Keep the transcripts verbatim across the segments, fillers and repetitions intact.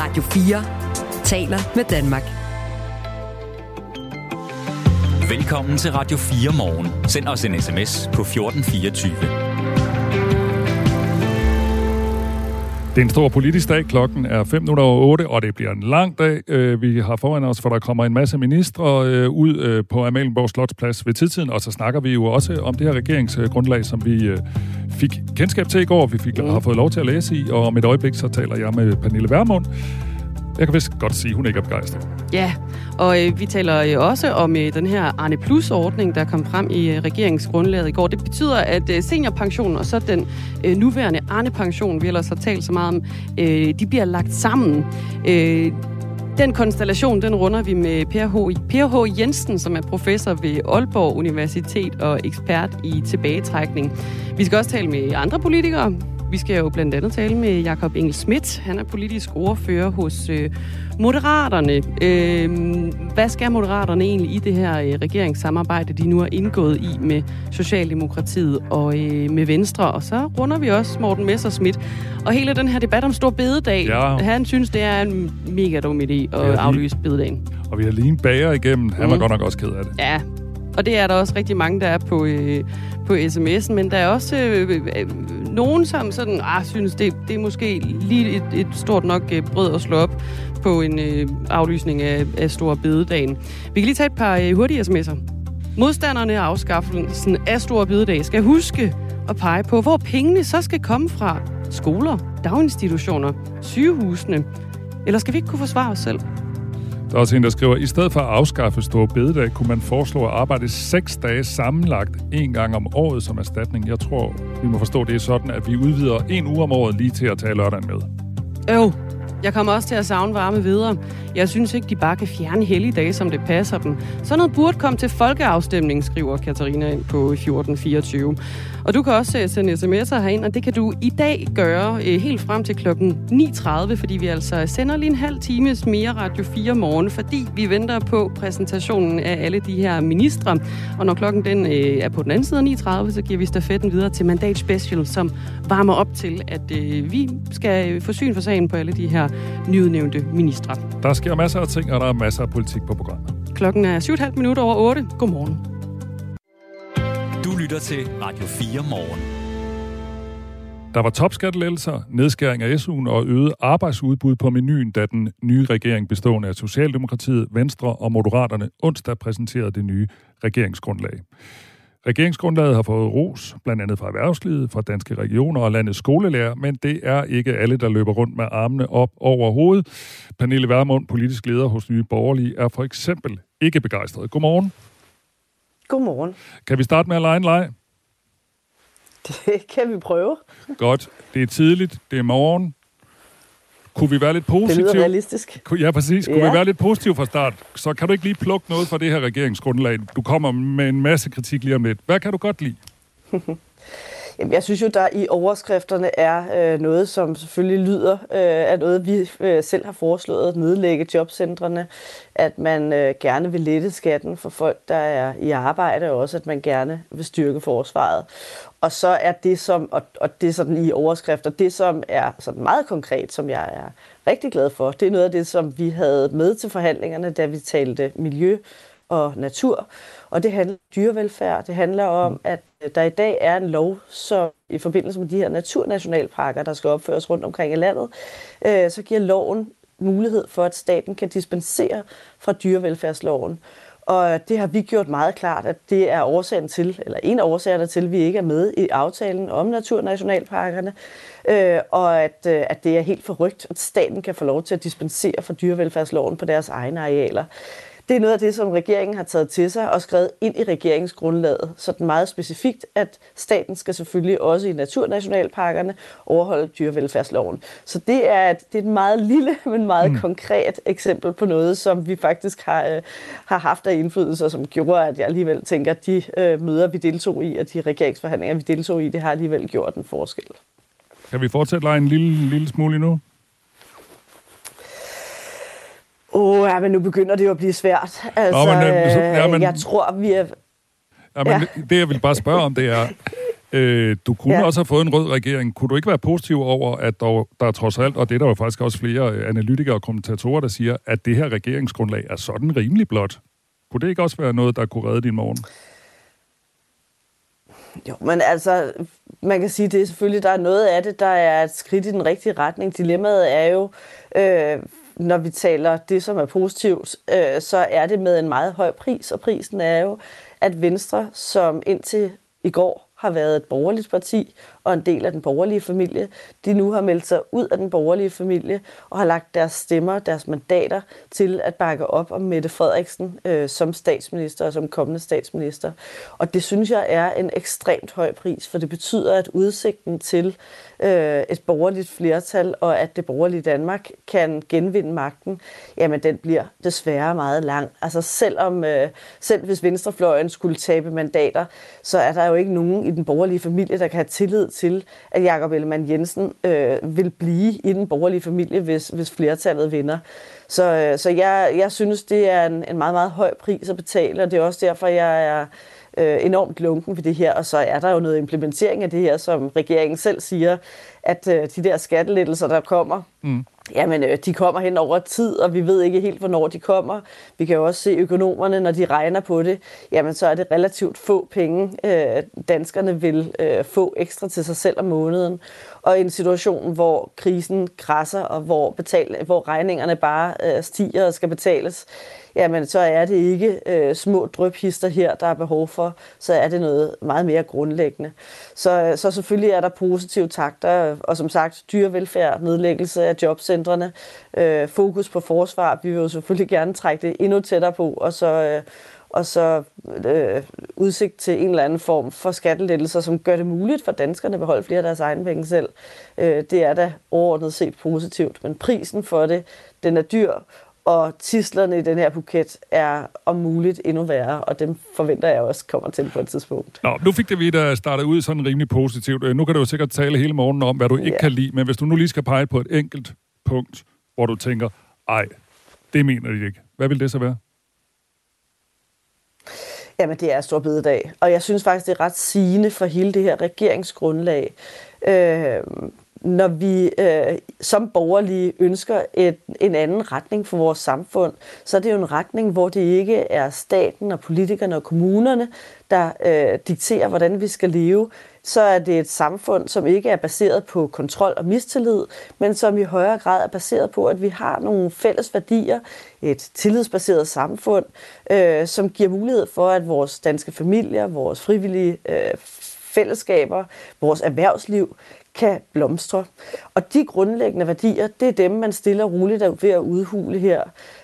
Radio fire taler med Danmark. Velkommen til Radio fire Morgen. Send os en sms på fjorten fireogtyve. Det er en stor politisk dag. Klokken er fem minutter over otte, og det bliver en lang dag. Vi har foran os, for der kommer en masse ministre ud på Amalienborg Slotsplads ved tidtiden, og så snakker vi jo også om det her regeringsgrundlag, som vi fik kendskab til i går. Vi fik, har fået lov til at læse i, og om et øjeblik så taler jeg med Pernille Vermund. Jeg kan vist godt sige, at hun ikke er begejstret. Ja, og øh, vi taler øh, også om øh, den her Arne Plus-ordning, der kom frem i øh, regeringsgrundlaget i går. Det betyder, at øh, seniorpensionen og så den øh, nuværende Arne-pension, vi ellers har talt så meget om, øh, de bliver lagt sammen. Øh, Den konstellation, den runder vi med Per H. Per H. Jensen, som er professor ved Aalborg Universitet og ekspert i tilbagetrækning. Vi skal også tale med andre politikere. Vi skal jo blandt andet tale med Jakob Engel-Schmidt. Han er politisk ordfører hos øh, Moderaterne. Øh, hvad skal Moderaterne egentlig i det her øh, regeringssamarbejde, de nu har indgået i med Socialdemokratiet og øh, med Venstre? Og så runder vi også Morten Messerschmidt. Og hele den her debat om stor bededag, ja. Han synes, det er en mega dum idé at ja, aflyse bededagen. Og vi har lige en bager igennem. Han var mm. godt nok også ked af det. Ja, og det er der også rigtig mange, der er på, øh, på sms'en, men der er også øh, øh, nogen, som sådan, ah, synes, det, det er måske lige et, et stort nok øh, brød at slå op på en øh, aflysning af, af store bededagen. Vi kan lige tage et par øh, hurtige sms'er. Modstanderne af afskaffelsen af store bededag skal huske at pege på, hvor pengene så skal komme fra. Skoler, daginstitutioner, sygehusene. Eller skal vi ikke kunne forsvare os selv? Der er også en, der skriver, i stedet for at afskaffe store bededag, kunne man foreslå at arbejde seks dage sammenlagt en gang om året som erstatning. Jeg tror, vi må forstå, det er sådan, at vi udvider en uge om året lige til at tage lørdagen med. Øv. Jeg kommer også til at savne varme videre. Jeg synes ikke, de bare kan fjerne helligdage, som det passer dem. Sådan noget burde komme til folkeafstemning, skriver Katarina ind på fjorten fireogtyve. Og du kan også sende sms'er herind, og det kan du i dag gøre helt frem til klokken ni tredive, fordi vi altså sender lige en halv times mere Radio fire morgen, fordi vi venter på præsentationen af alle de her ministre. Og når klokken den er på den anden side af ni tredive, så giver vi stafetten videre til Mandat Special, som varmer op til, at vi skal få syn for sagen på alle de her nyudnævnte ministre. Der sker masser af ting, og der er masser af politik på programmet. Klokken er syv og et halvt minutter over otte. Godmorgen. Du lytter til Radio fire Morgen. Der var topskattelettelser, nedskæring af S U'en og øget arbejdsudbud på menuen, da den nye regering bestående af Socialdemokratiet, Venstre og Moderaterne onsdag præsenterede det nye regeringsgrundlag. Regeringsgrundlaget har fået ros, blandt andet fra erhvervslivet, fra danske regioner og landets skolelærer, men det er ikke alle, der løber rundt med armene op over hovedet. Pernille Vermund, politisk leder hos Nye Borgerlige, er for eksempel ikke begejstret. Godmorgen. Godmorgen. Kan vi starte med at lege en leg? Det kan vi prøve. Godt. Det er tidligt. Det er morgen. Kunne vi være lidt positive? Det lyder realistisk. Ja, præcis. Kunne ja. vi være lidt positive fra start? Så kan du ikke lige plukke noget fra det her regeringsgrundlag? Du kommer med en masse kritik lige om lidt. Hvad kan du godt lide? Jamen, jeg synes jo, der i overskrifterne er øh, noget, som selvfølgelig lyder øh, af noget, vi øh, selv har foreslået at nedlægge jobcentrene, at man øh, gerne vil lette skatten for folk, der er i arbejde, og også at man gerne vil styrke forsvaret. Og så er det, som, og, og det er sådan i overskrifter, det som er sådan meget konkret, som jeg er rigtig glad for, det er noget af det, som vi havde med til forhandlingerne, da vi talte miljø og natur. Og det handler om dyrevelfærd. Det handler om, at der i dag er en lov, som i forbindelse med de her naturnationalparker, der skal opføres rundt omkring i landet, øh, så giver loven mulighed for, at staten kan dispensere fra dyrevelfærdsloven. Og det har vi gjort meget klart, at det er årsagen til, eller en af årsagerne til, at vi ikke er med i aftalen om naturnationalparkerne, øh, og at, øh, at det er helt forrygt, at staten kan få lov til at dispensere fra dyrevelfærdsloven på deres egne arealer. Det er noget af det, som regeringen har taget til sig og skrevet ind i regeringsgrundlaget, sådan meget specifikt, at staten skal selvfølgelig også i naturnationalparkerne overholde dyrevelfærdsloven. Så det er et, det er et meget lille, men meget mm. konkret eksempel på noget, som vi faktisk har, øh, har haft af indflydelse, og som gjorde, at jeg alligevel tænker, at de øh, møder, vi deltog i, og de regeringsforhandlinger, vi deltog i, det har alligevel gjort en forskel. Kan vi fortsætte en lille, lille smule endnu? Åh, oh, ja, men nu begynder det jo at blive svært. Altså, Nå, men, så, ja, men, jeg tror, vi er... Ja, men ja. Det, jeg vil bare spørge om, det er, Øh, du kunne ja. også have fået en rød regering. Kunne du ikke være positiv over, at der, der er trods alt, og det er der jo faktisk også flere analytikere og kommentatorer, der siger, at det her regeringsgrundlag er sådan rimelig blot? Kunne det ikke også være noget, der kunne redde din morgen? Jo, men altså, man kan sige, det er selvfølgelig, der er noget af det, der er et skridt i den rigtige retning. Dilemmaet er jo, øh, når vi taler det, som er positivt, øh, så er det med en meget høj pris, og prisen er jo, at Venstre, som indtil i går har været et borgerligt parti og en del af den borgerlige familie, de nu har meldt sig ud af den borgerlige familie og har lagt deres stemmer, deres mandater til at bakke op om Mette Frederiksen øh, som statsminister og som kommende statsminister. Og det synes jeg er en ekstremt høj pris, for det betyder, at udsigten til øh, et borgerligt flertal og at det borgerlige Danmark kan genvinde magten, jamen den bliver desværre meget lang. Altså selvom, øh, selv hvis venstrefløjen skulle tabe mandater, så er der jo ikke nogen i den borgerlige familie, der kan have tillid til, at Jakob Ellemann-Jensen øh, vil blive i den borgerlige familie, hvis, hvis flertallet vinder. Så, øh, så jeg, jeg synes, det er en, en meget, meget høj pris at betale, og det er også derfor, jeg er øh, enormt lunken ved det her. Og så er der jo noget implementering af det her, som regeringen selv siger, at øh, de der skattelettelser, der kommer, mm. jamen øh, de kommer hen over tid, og vi ved ikke helt, hvornår de kommer. Vi kan jo også se økonomerne, når de regner på det, jamen så er det relativt få penge, øh, danskerne vil øh, få ekstra til sig selv om måneden. Og i en situation, hvor krisen krasser, og hvor, betal, hvor regningerne bare øh, stiger og skal betales, jamen så er det ikke øh, små dryphister her, der er behov for, så er det noget meget mere grundlæggende. Så, så selvfølgelig er der positive takter, og som sagt dyrevelfærd, nedlæggelse af jobcentrene, øh, fokus på forsvar. Vi vil jo selvfølgelig gerne trække det endnu tættere på, og så, øh, og så øh, udsigt til en eller anden form for skattelettelser, som gør det muligt for danskerne at beholde flere af deres egne penge selv. Øh, det er da overordnet set positivt, men prisen for det, den er dyr, og tidslerne i den her buket er om muligt endnu værre, og dem forventer jeg også kommer til på et tidspunkt. Nå, nu fik det vi, der startede ud sådan rimelig positivt. Nu kan du jo sikkert tale hele morgenen om, hvad du ikke ja. kan lide, men hvis du nu lige skal pege på et enkelt punkt, hvor du tænker, ej, det mener de ikke. Hvad vil det så være? Jamen, det er store bededag, og jeg synes faktisk, det er ret sigende for hele det her regeringsgrundlag. Øh, Når vi øh, som borgerlige ønsker et, en anden retning for vores samfund, så er det jo en retning, hvor det ikke er staten og politikerne og kommunerne, der øh, dikterer, hvordan vi skal leve. Så er det et samfund, som ikke er baseret på kontrol og mistillid, men som i højere grad er baseret på, at vi har nogle fælles værdier, et tillidsbaseret samfund, øh, som giver mulighed for, at vores danske familier, vores frivillige øh, fællesskaber, vores erhvervsliv kan blomstre. Og de grundlæggende værdier, det er dem, man stille og roligt er ved at udhule her.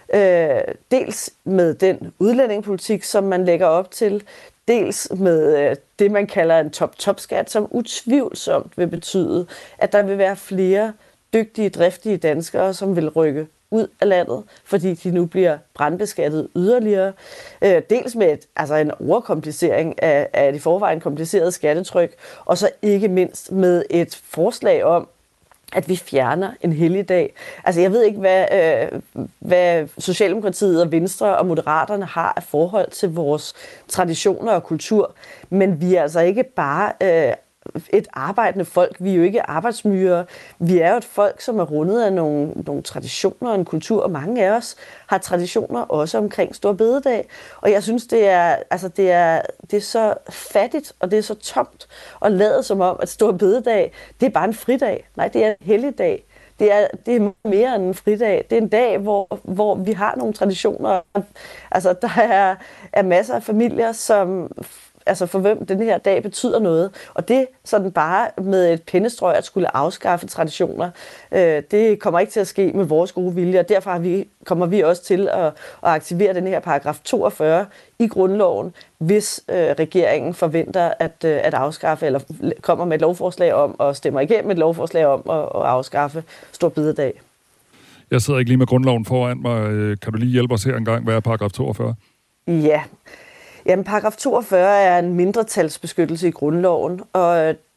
Øh, dels med den udlændingepolitik, som man lægger op til, dels med øh, det, man kalder en top-top-skat, som utvivlsomt vil betyde, at der vil være flere dygtige, driftige danskere, som vil rykke ud af landet, fordi de nu bliver brandbeskattet yderligere. Øh, dels med et, altså en overkomplicering af, af et i forvejen kompliceret skattetryk, og så ikke mindst med et forslag om, at vi fjerner en helligdag. Altså jeg ved ikke, hvad, øh, hvad Socialdemokratiet og Venstre og Moderaterne har af forhold til vores traditioner og kultur, men vi er altså ikke bare øh, et arbejdende folk. Vi er jo ikke arbejdsmyrer. Vi er jo et folk, som er rundet af nogle, nogle traditioner og en kultur, og mange af os har traditioner også omkring Store Bededag. Og jeg synes, det er, altså det er, det er så fattigt, og det er så tomt at lade som om, at Store Bededag, det er bare en fridag. Nej, det er en helligdag. Det er, det er mere end en fridag. Det er en dag, hvor, hvor vi har nogle traditioner. Altså, der er, er masser af familier, som altså for hvem den her dag betyder noget. Og det sådan bare med et pennestrøg at skulle afskaffe traditioner, øh, det kommer ikke til at ske med vores gode vilje, og derfor har vi, kommer vi også til at, at aktivere den her paragraf toogfyrre i grundloven, hvis øh, regeringen forventer at, øh, at afskaffe, eller kommer med et lovforslag om, og stemmer igennem et lovforslag om at, at afskaffe Store Bededag. Jeg sidder ikke lige med grundloven foran mig. Kan du lige hjælpe os her en gang, hvad er paragraf toogfyrre? Ja, Jamen, paragraf toogfyrre er en mindretalsbeskyttelse i grundloven, og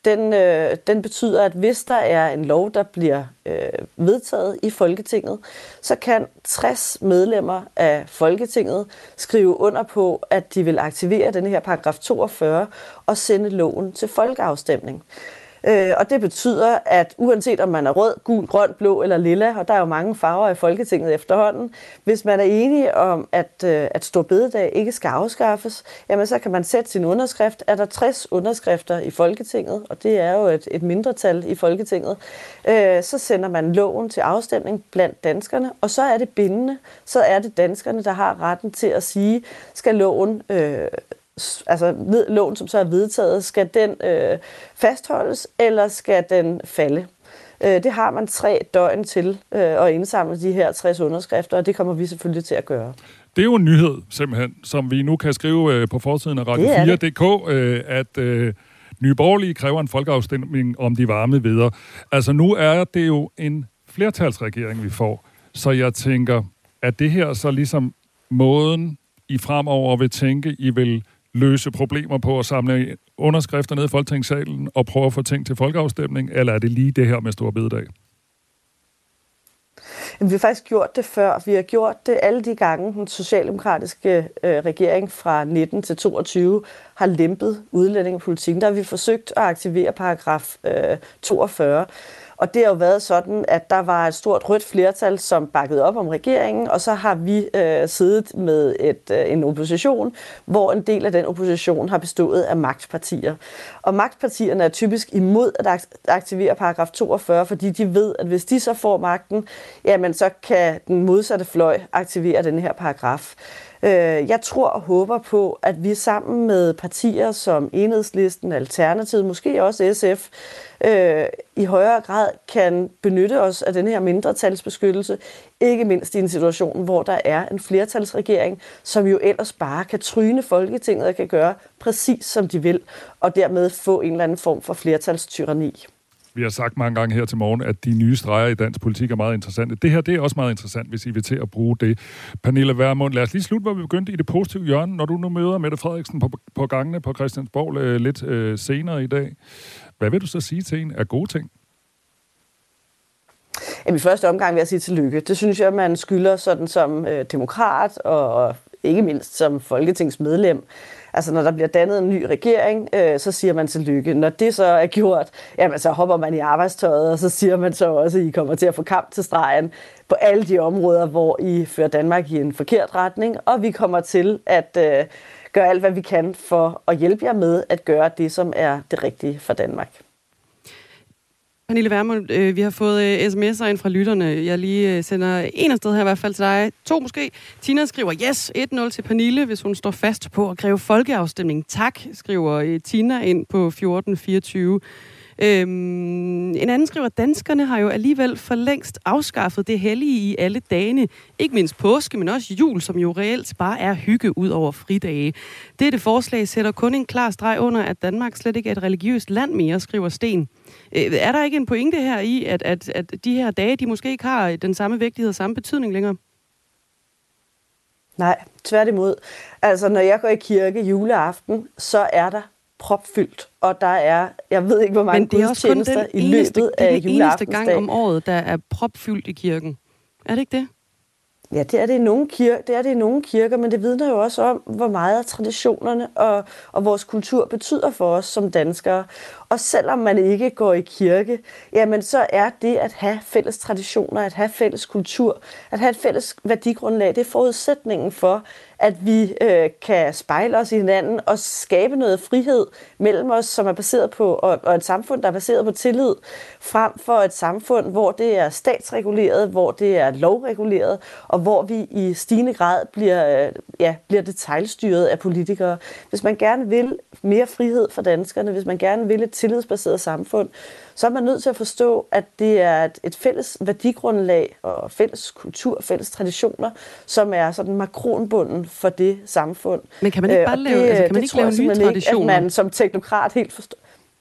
den, øh, den betyder, at hvis der er en lov, der bliver øh, vedtaget i Folketinget, så kan tres medlemmer af Folketinget skrive under på, at de vil aktivere den her paragraf toogfyrre og sende loven til folkeafstemning. Og det betyder, at uanset om man er rød, gul, grøn, blå eller lilla, og der er jo mange farver i Folketinget efterhånden, hvis man er enige om, at, at store bededag ikke skal afskaffes, jamen så kan man sætte sin underskrift. Er der tres underskrifter i Folketinget, og det er jo et, et mindretal i Folketinget, øh, så sender man loven til afstemning blandt danskerne, og så er det bindende. Så er det danskerne, der har retten til at sige, skal loven... Øh, altså loven, som så er vedtaget, skal den øh, fastholdes, eller skal den falde? Øh, det har man tre døgn til øh, at indsamle de her tres underskrifter, og det kommer vi selvfølgelig til at gøre. Det er jo en nyhed, simpelthen, som vi nu kan skrive øh, på forsiden af Radio fire punktum d k, øh, at øh, Nye Borgerlige kræver en folkeafstemning om de varme videre. Altså nu er det jo en flertalsregering, vi får, så jeg tænker, at det her så ligesom måden, I fremover vil tænke, I vil løse problemer på at samle underskrifter ned i Folketingssalen og prøve at få ting til folkeafstemning, eller er det lige det her med store bededag? Vi har faktisk gjort det før. Vi har gjort det alle de gange, den socialdemokratiske øh, regering fra nitten til toogtyve har lempet udlændingepolitikken. Der har vi forsøgt at aktivere paragraf øh, toogfyrre. Og det har jo været sådan, at der var et stort rødt flertal, som bakkede op om regeringen, og så har vi øh, siddet med et, øh, en opposition, hvor en del af den opposition har bestået af magtpartier. Og magtpartierne er typisk imod at aktivere paragraf toogfyrre, fordi de ved, at hvis de så får magten, jamen så kan den modsatte fløj aktivere den her paragraf. Jeg tror og håber på, at vi sammen med partier som Enhedslisten, Alternativet, måske også S F, øh, i højere grad kan benytte os af den her mindretalsbeskyttelse, ikke mindst i en situation, hvor der er en flertalsregering, som jo ellers bare kan tryne Folketinget og kan gøre præcis som de vil, og dermed få en eller anden form for flertalstyranni. Vi har sagt mange gange her til morgen, at de nye streger i dansk politik er meget interessante. Det her, det er også meget interessant, hvis I vil til at bruge det. Pernille Vermund, lad os lige slutte, hvor vi begyndte i det positive hjørne, når du nu møder Mette Frederiksen på, på gangene på Christiansborg øh, lidt øh, senere i dag. Hvad vil du så sige til en af gode ting? Jamen, i første omgang vil jeg sige tillykke. Det synes jeg, man skylder sådan som øh, demokrat og ikke mindst som folketingsmedlem. Altså, når der bliver dannet en ny regering, øh, så siger man tillykke. Når det så er gjort, jamen, så hopper man i arbejdstøjet, og så siger man så også, at I kommer til at få kamp til stregen på alle de områder, hvor I fører Danmark i en forkert retning, og vi kommer til at øh, gøre alt, hvad vi kan for at hjælpe jer med at gøre det, som er det rigtige for Danmark. Pernille Vermund, øh, vi har fået øh, sms'er ind fra lytterne. Jeg lige øh, sender en afsted her i hvert fald til dig. To måske. Tina skriver, yes, et nul til Pernille, hvis hun står fast på at kræve folkeafstemning. Tak, skriver øh, Tina ind på fjorten fireogtyve. Øhm, en anden skriver, danskerne har jo alligevel for længst afskaffet det hellige i alle dagene. Ikke mindst påske, men også jul, som jo reelt bare er hygge ud over fridage. Dette forslag sætter kun en klar streg under, at Danmark slet ikke er et religiøst land mere, skriver Sten. Øh, er der ikke en pointe her i, at, at, at de her dage, de måske ikke har den samme vægtighed og samme betydning længere? Nej, tværtimod. Altså, når jeg går i kirke juleaften, så er der propfyldt, og der er, jeg ved ikke, hvor mange gudstjenester i løbet af juleaftensdag. Det er eneste gang om året, der er propfyldt i kirken. Er det ikke det? Ja, det er det i nogle kirker, det er det i nogle kirker, men det vidner jo også om, hvor meget traditionerne og, og vores kultur betyder for os som danskere. Og selvom man ikke går i kirke, jamen så er det at have fælles traditioner, at have fælles kultur, at have et fælles værdigrundlag, det er forudsætningen for, at vi øh, kan spejle os i hinanden og skabe noget frihed mellem os, som er baseret på, og, og et samfund, der er baseret på tillid, frem for et samfund, hvor det er statsreguleret, hvor det er lovreguleret, og hvor vi i stigende grad bliver, øh, ja, bliver detailstyret af politikere. Hvis man gerne vil mere frihed for danskerne, hvis man gerne vil et tillidsbaseret samfund, så er man nødt til at forstå, at det er et, et fælles værdigrundlag og fælles kultur, fælles traditioner, som er sådan makronbunden for det samfund. Men kan man ikke bare lave, det, altså, kan man ikke lave nye traditioner? Ikke, at man som teknokrat helt forstår.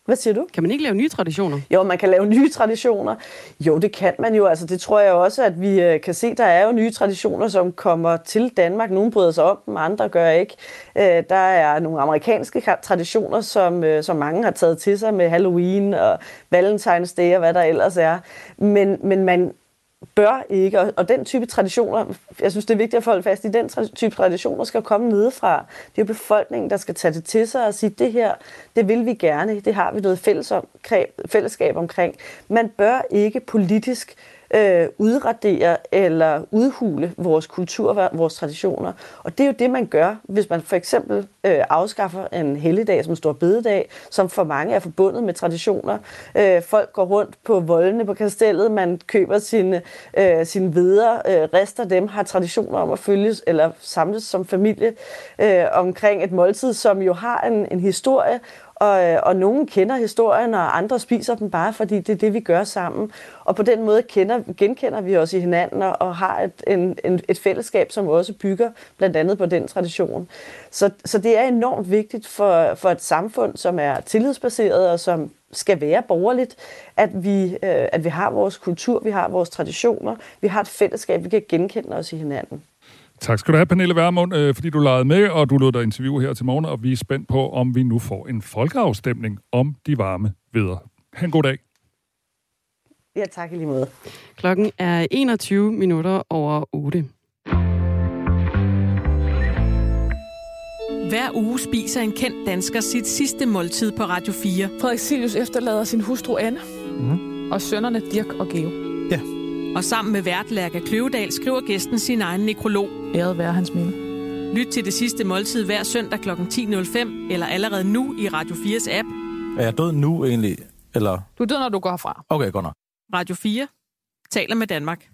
Hvad siger du? Kan man ikke lave nye traditioner? Jo, man kan lave nye traditioner. Jo, det kan man jo. Altså, det tror jeg også, at vi øh, kan se. Der er jo nye traditioner, som kommer til Danmark. Nogle bryder sig om dem, andre gør ikke. Øh, der er nogle amerikanske traditioner, som, øh, som mange har taget til sig med Halloween og Valentine's Day og hvad der ellers er. Men, men man bør ikke, og, og den type traditioner, jeg synes, det er vigtigt at holde fast i, den tra- type traditioner skal komme nedefra. Det er jo befolkningen, der skal tage det til sig og sige, det her, det vil vi gerne, det har vi noget fælles om, fællesskab omkring. Man bør ikke politisk øh, udradere eller udhule vores kultur, vores traditioner. Og det er jo det, man gør, hvis man for eksempel øh, afskaffer en helligdag som Store Bededag, som for mange er forbundet med traditioner. Øh, folk går rundt på voldene på kastellet, man køber sine, øh, sine veder, øh, rester dem, har traditioner om at følges eller samles som familie øh, omkring et måltid, som jo har en, en historie, Og, og nogen kender historien, og andre spiser dem bare, fordi det er det, vi gør sammen. Og på den måde kender, genkender vi os i hinanden og, og har et, en, en, et fællesskab, som også bygger blandt andet på den tradition. Så, så det er enormt vigtigt for, for et samfund, som er tillidsbaseret og som skal være borgerligt, at vi, øh, at vi har vores kultur, vi har vores traditioner, vi har et fællesskab, vi kan genkende os i hinanden. Tak skal du have, Pernille Vermund, øh, fordi du legede med, og du lod dig interview her til morgen, og vi er spændt på, om vi nu får en folkeafstemning om de varme hveder. Ha' en god dag. Ja, tak i lige måde. Klokken er enogtyve minutter over otte. Hver uge spiser en kendt dansker sit sidste måltid på Radio fire. Frederik Silius efterlader sin hustru Anne, mm. og sønnerne Dirk og Geo. Ja. Og sammen med vært Lærke Kløvedal skriver gæsten sin egen nekrolog. Æret være hans minde. Lyt til det sidste måltid hver søndag klokken ti nul fem, eller allerede nu i Radio fires app. Er jeg død nu egentlig, eller? Du er død, når du går herfra. Okay, godt nok. Radio fire taler med Danmark.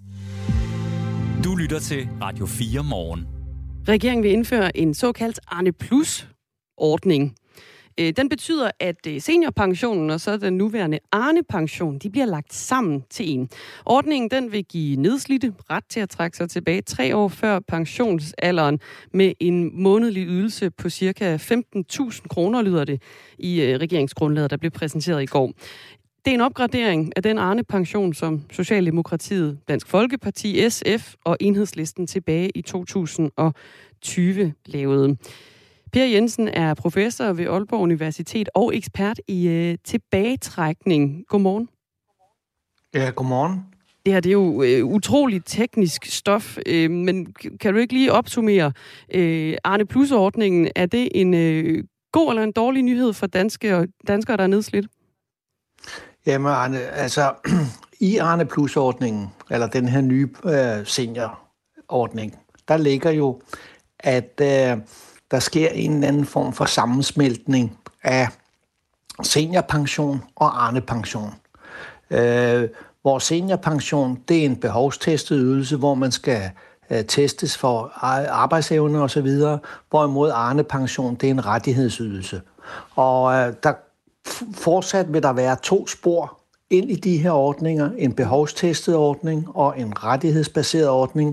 Du lytter til Radio fire morgen. Regeringen vil indføre en såkaldt Arne Plus-ordning. Den betyder, at seniorpensionen og så den nuværende Arne-pension, de bliver lagt sammen til en. Ordningen den vil give nedslidte ret til at trække sig tilbage tre år før pensionsalderen med en månedlig ydelse på ca. femten tusind kroner, lyder det i regeringsgrundlaget, der blev præsenteret i går. Det er en opgradering af den Arne-pension, som Socialdemokratiet, Dansk Folkeparti, S F og Enhedslisten tilbage i to tusind og tyve lavede. Per Jensen er professor ved Aalborg Universitet og ekspert i øh, tilbagetrækning. Godmorgen. Ja, godmorgen. Det her det er jo øh, utroligt teknisk stof, øh, men kan du ikke lige opsummere øh, Arne Plus-ordningen? Er det en øh, god eller en dårlig nyhed for danske, danskere, der er nedslidt? Jamen, Arne, altså i Arne Plus-ordningen, eller den her nye øh, seniorordning, der ligger jo, at øh, der sker en eller anden form for sammensmeltning af seniorpension og Arne-pension. Øh, vores seniorpension, det er en behovstestet ydelse, hvor man skal øh, testes for arbejdsevne og så videre, hvorimod Arne-pension, det er en rettighedsydelse. Og øh, der fortsat vil der være to spor ind i de her ordninger, en behovstestet ordning og en rettighedsbaseret ordning.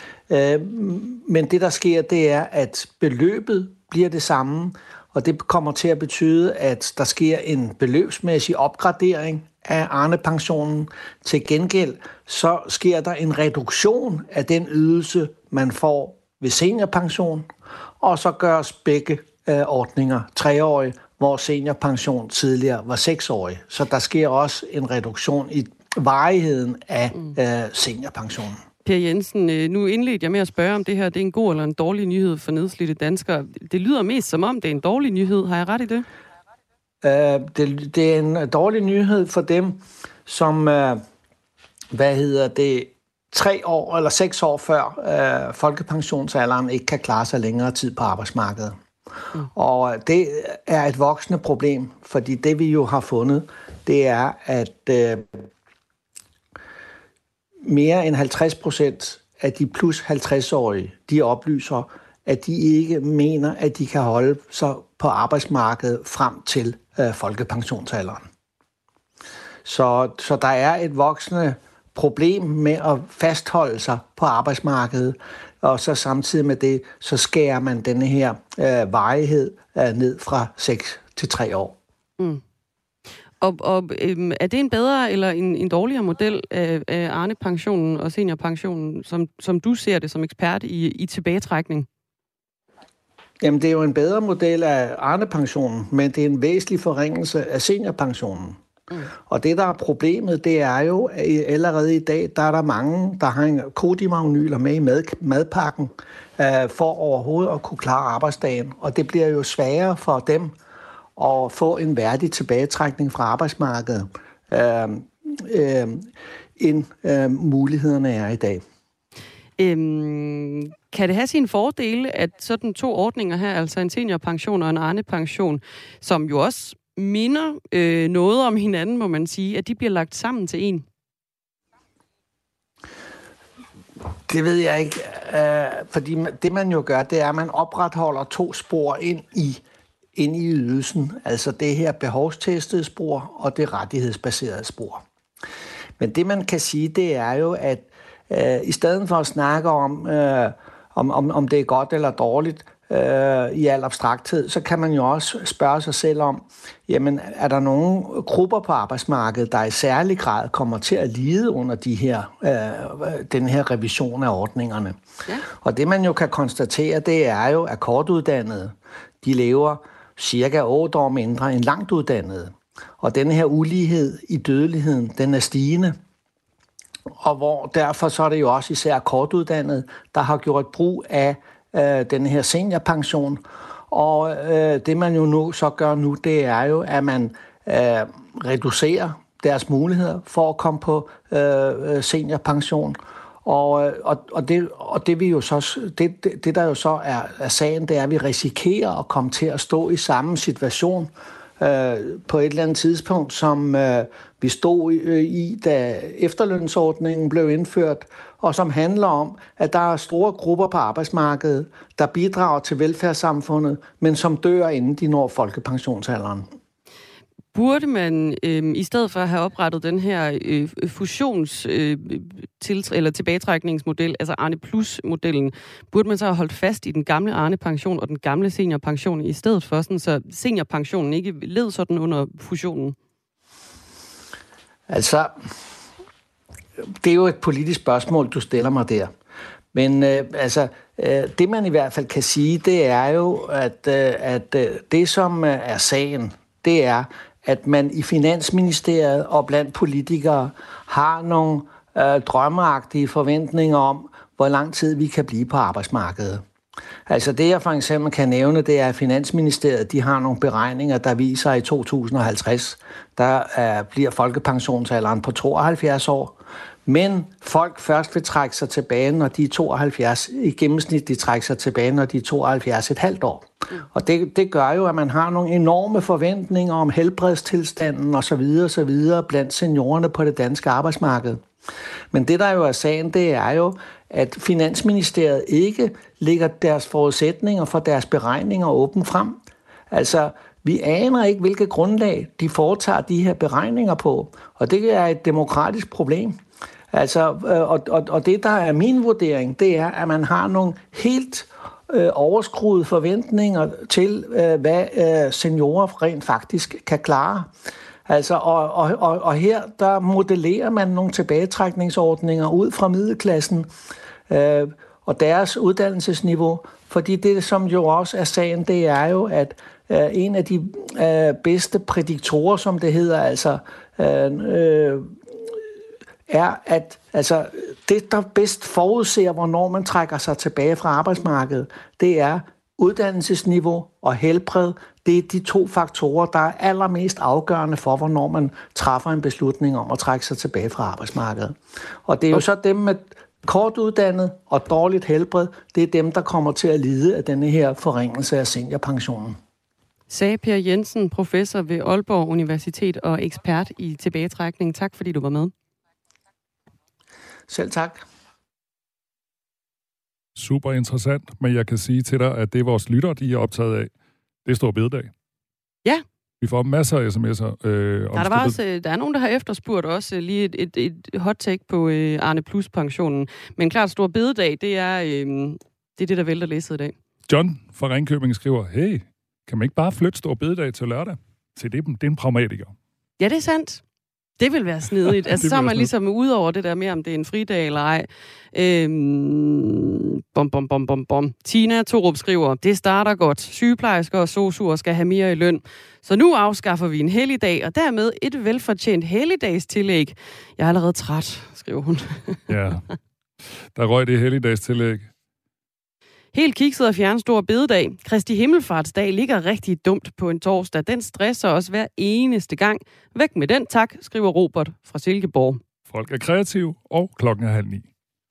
Men det, der sker, det er, at beløbet bliver det samme, og det kommer til at betyde, at der sker en beløbsmæssig opgradering af Arne-pensionen. Til gengæld så sker der en reduktion af den ydelse, man får ved seniorpension, og så gøres begge øh, ordninger treårige, hvor seniorpension tidligere var seksårig. Så der sker også en reduktion i varigheden af øh, seniorpensionen. Per Jensen, nu indledte jeg med at spørge, om det her det er en god eller en dårlig nyhed for nedslidte danskere. Det lyder mest som om, det er en dårlig nyhed. Har jeg ret i det? Uh, det, det er en dårlig nyhed for dem, som, uh, hvad hedder det, tre år eller seks år før uh, folkepensionsalderen ikke kan klare sig længere tid på arbejdsmarkedet. Mm. Og det er et voksende problem, fordi det vi jo har fundet, det er, at uh, mere end halvtreds procent af de plus halvtreds-årige, de oplyser, at de ikke mener, at de kan holde sig på arbejdsmarkedet frem til øh, folkepensionsalderen. Så, så der er et voksende problem med at fastholde sig på arbejdsmarkedet, og så samtidig med det, så skærer man denne her øh, varighed øh, ned fra seks til tre år. Mm. Og, og øhm, er det en bedre eller en, en dårligere model af, af Arne-pensionen og seniorpensionen, som, som du ser det som ekspert i, i tilbagetrækning? Jamen, det er jo en bedre model af Arne-pensionen, men det er en væsentlig forringelse af seniorpensionen. Mm. Og det, der er problemet, det er jo, at allerede i dag, der er der mange, der har en kodimagnyler med i mad, madpakken, øh, for overhovedet at kunne klare arbejdsdagen. Og det bliver jo sværere for dem at få en værdig tilbagetrækning fra arbejdsmarkedet, øh, øh, end øh, mulighederne er i dag. Øhm, kan det have sine fordele, at sådan to ordninger her, altså en seniorpension og en Arne-pension, som jo også minder øh, noget om hinanden, må man sige, at de bliver lagt sammen til en? Det ved jeg ikke, øh, fordi det man jo gør, det er, at man opretholder to spor ind i, ind i ydelsen, altså det her behovstestede spor og det rettighedsbaserede spor. Men det man kan sige, det er jo, at øh, i stedet for at snakke om, øh, om, om, om det er godt eller dårligt, Øh, i al abstrakthed, så kan man jo også spørge sig selv om, jamen, er der nogle grupper på arbejdsmarkedet, der i særlig grad kommer til at lide under de her, øh, den her revision af ordningerne? Ja. Og det man jo kan konstatere, det er jo, at kortuddannede, de lever cirka otte år mindre end langt uddannede. Og den her ulighed i dødeligheden, den er stigende. Og hvor derfor så er det jo også især kortuddannede, der har gjort brug af den her seniorpension. Og øh, det man jo nu så gør nu, det er jo, at man øh, reducerer deres muligheder for at komme på øh, seniorpension. Og, og, og, det, og det, vi jo så, det, det, det der jo så er, er sagen, det er, at vi risikerer at komme til at stå i samme situation øh, på et eller andet tidspunkt, som øh, vi stod i, i, da efterlønsordningen blev indført, og som handler om, at der er store grupper på arbejdsmarkedet, der bidrager til velfærdssamfundet, men som dør, inden de når folkepensionsalderen. Burde man øh, i stedet for at have oprettet den her øh, fusions- øh, til, eller tilbagetrækningsmodel, altså Arne Plus-modellen, burde man så have holdt fast i den gamle Arne-pension og den gamle seniorpension i stedet for, sådan, så seniorpensionen ikke led sådan under fusionen? Altså, det er jo et politisk spørgsmål, du stiller mig der. Men øh, altså, øh, det man i hvert fald kan sige, det er jo, at, øh, at øh, det som øh, er sagen, det er, at man i Finansministeriet og blandt politikere har nogle øh, drømmeagtige forventninger om, hvor lang tid vi kan blive på arbejdsmarkedet. Altså det, jeg for eksempel kan nævne, det er, at Finansministeriet, de har nogle beregninger, der viser, at i to tusind og halvtreds, der øh, bliver folkepensionsalderen på tooghalvfjerds år. Men folk først vil trække sig tilbage, når de er tooghalvfjerds. I gennemsnit, de trækker sig tilbage, når de er tooghalvfjerds et halvt år. Mm. Og det, det gør jo, at man har nogle enorme forventninger om helbredstilstanden osv. osv. blandt seniorerne på det danske arbejdsmarked. Men det, der jo er sagen, det er jo, at Finansministeriet ikke lægger deres forudsætninger for deres beregninger åbent frem. Altså, vi aner ikke, hvilket grundlag de foretager de her beregninger på. Og det er et demokratisk problem. Altså, og, og, og det, der er min vurdering, det er, at man har nogle helt øh, overskruede forventninger til, øh, hvad øh, seniorer rent faktisk kan klare. Altså, og, og, og, og her, der modellerer man nogle tilbagetrækningsordninger ud fra middelklassen øh, og deres uddannelsesniveau. Fordi det, som jo også er sagen, det er jo, at øh, en af de øh, bedste prædiktorer, som det hedder, altså øh, øh, er, at altså, det, der bedst forudser, hvornår man trækker sig tilbage fra arbejdsmarkedet, det er uddannelsesniveau og helbred. Det er de to faktorer, der er allermest afgørende for, hvornår man træffer en beslutning om at trække sig tilbage fra arbejdsmarkedet. Og det er jo så dem med kort uddannet og dårligt helbred, det er dem, der kommer til at lide af denne her forringelse af seniorpensionen. Sagde Per Jensen, professor ved Aalborg Universitet og ekspert i tilbagetrækning. Tak fordi du var med. Selv tak. Super interessant, men jeg kan sige til dig, at det er vores lytter, de er optaget af. Det er stor bededag. Ja. Vi får masser af sms'er. Øh, om der, der, var også, der er nogen, der har efterspurgt også lige et, et, et hot take på øh, Arne Plus-pensionen. Men klart, stor bededag, det er, øh, det er det, der vælter læsset i dag. John fra Ringkøbing skriver, hey, kan man ikke bare flytte stor bededag til lørdag? Se, det, det er en pragmatiker. Ja, det er sandt. Det vil være snedigt. Altså, så er man ligesom ud over det der med, om det er en fridag eller ej. Øhm, bom, bom, bom, bom, bom. Tina Torup skriver, det starter godt. Sygeplejersker og sosuer skal have mere i løn. Så nu afskaffer vi en helligdag, og dermed et velfortjent helligdagstillæg. Jeg er allerede træt, skriver hun. Ja, der røg det helligdagstillæg. Helt kikset at fjerne stor bededag. Kristi Himmelfartsdag ligger rigtig dumt på en torsdag. Den stresser os hver eneste gang. Væk med den, tak, skriver Robert fra Silkeborg. Folk er kreative, og klokken er halv ni.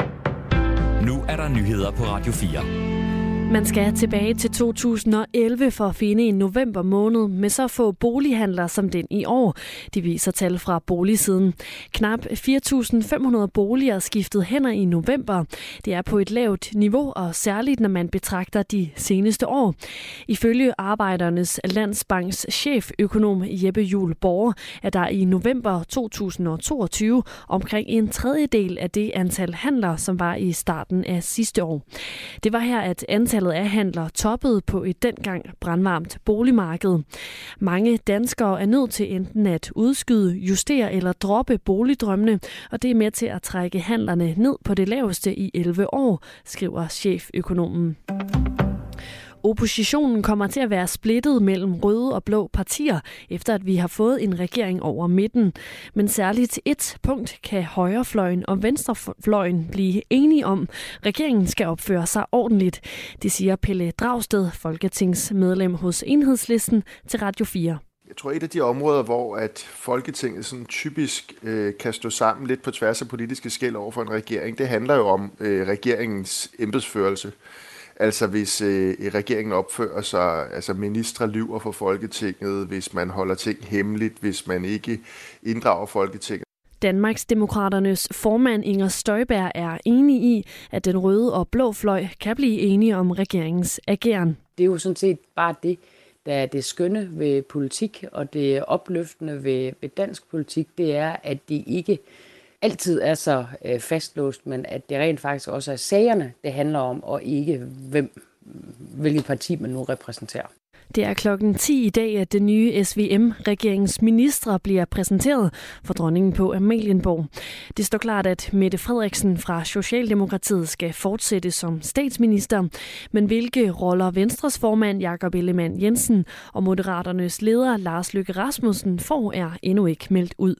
Nu er der nyheder på Radio fire. Man skal tilbage til to tusind og elleve for at finde en november måned med så få bolighandler som den i år. Det viser tal fra Boligsiden. Knap fire tusind fem hundrede boliger skiftede hænder i november. Det er på et lavt niveau, og særligt når man betragter de seneste år. Ifølge Arbejdernes Landsbanks cheføkonom Jeppe Juel Borger er der i november to tusind og toogtyve omkring en tredjedel af det antal handler, som var i starten af sidste år. Det var her, at antallet af handler toppede på et dengang brandvarmt boligmarked. Mange danskere er nødt til enten at udskyde, justere eller droppe boligdrømmene, og det er med til at trække handlerne ned på det laveste i elleve år, skriver cheføkonomen. Oppositionen kommer til at være splittet mellem røde og blå partier, efter at vi har fået en regering over midten. Men særligt et punkt kan højrefløjen og venstrefløjen blive enige om. Regeringen skal opføre sig ordentligt. Det siger Pelle Dragsted, folketingsmedlem hos Enhedslisten, til Radio fire. Jeg tror, et af de områder, hvor at Folketinget sådan typisk øh, kan stå sammen lidt på tværs af politiske skel over for en regering, det handler jo om øh, regeringens embedsførelse. Altså hvis øh, regeringen opfører sig, altså ministre lyver for Folketinget, hvis man holder ting hemmeligt, hvis man ikke inddrager Folketinget. Danmarksdemokraternes formand Inger Støjberg er enig i, at den røde og blå fløj kan blive enige om regeringens ageren. Det er jo sådan set bare det, der er det skønne ved politik, og det opløftende ved, ved dansk politik, det er, at det ikke altid er så øh, fastlåst, men at det rent faktisk også er sagerne, det handler om, og ikke hvem, hvilket parti man nu repræsenterer. Det er klokken ti i dag, at det nye S V M-regeringens ministre bliver præsenteret for dronningen på Amalienborg. Det står klart, at Mette Frederiksen fra Socialdemokratiet skal fortsætte som statsminister, men hvilke roller Venstres formand Jakob Ellemann-Jensen og Moderaternes leder Lars Løkke Rasmussen får, er endnu ikke meldt ud.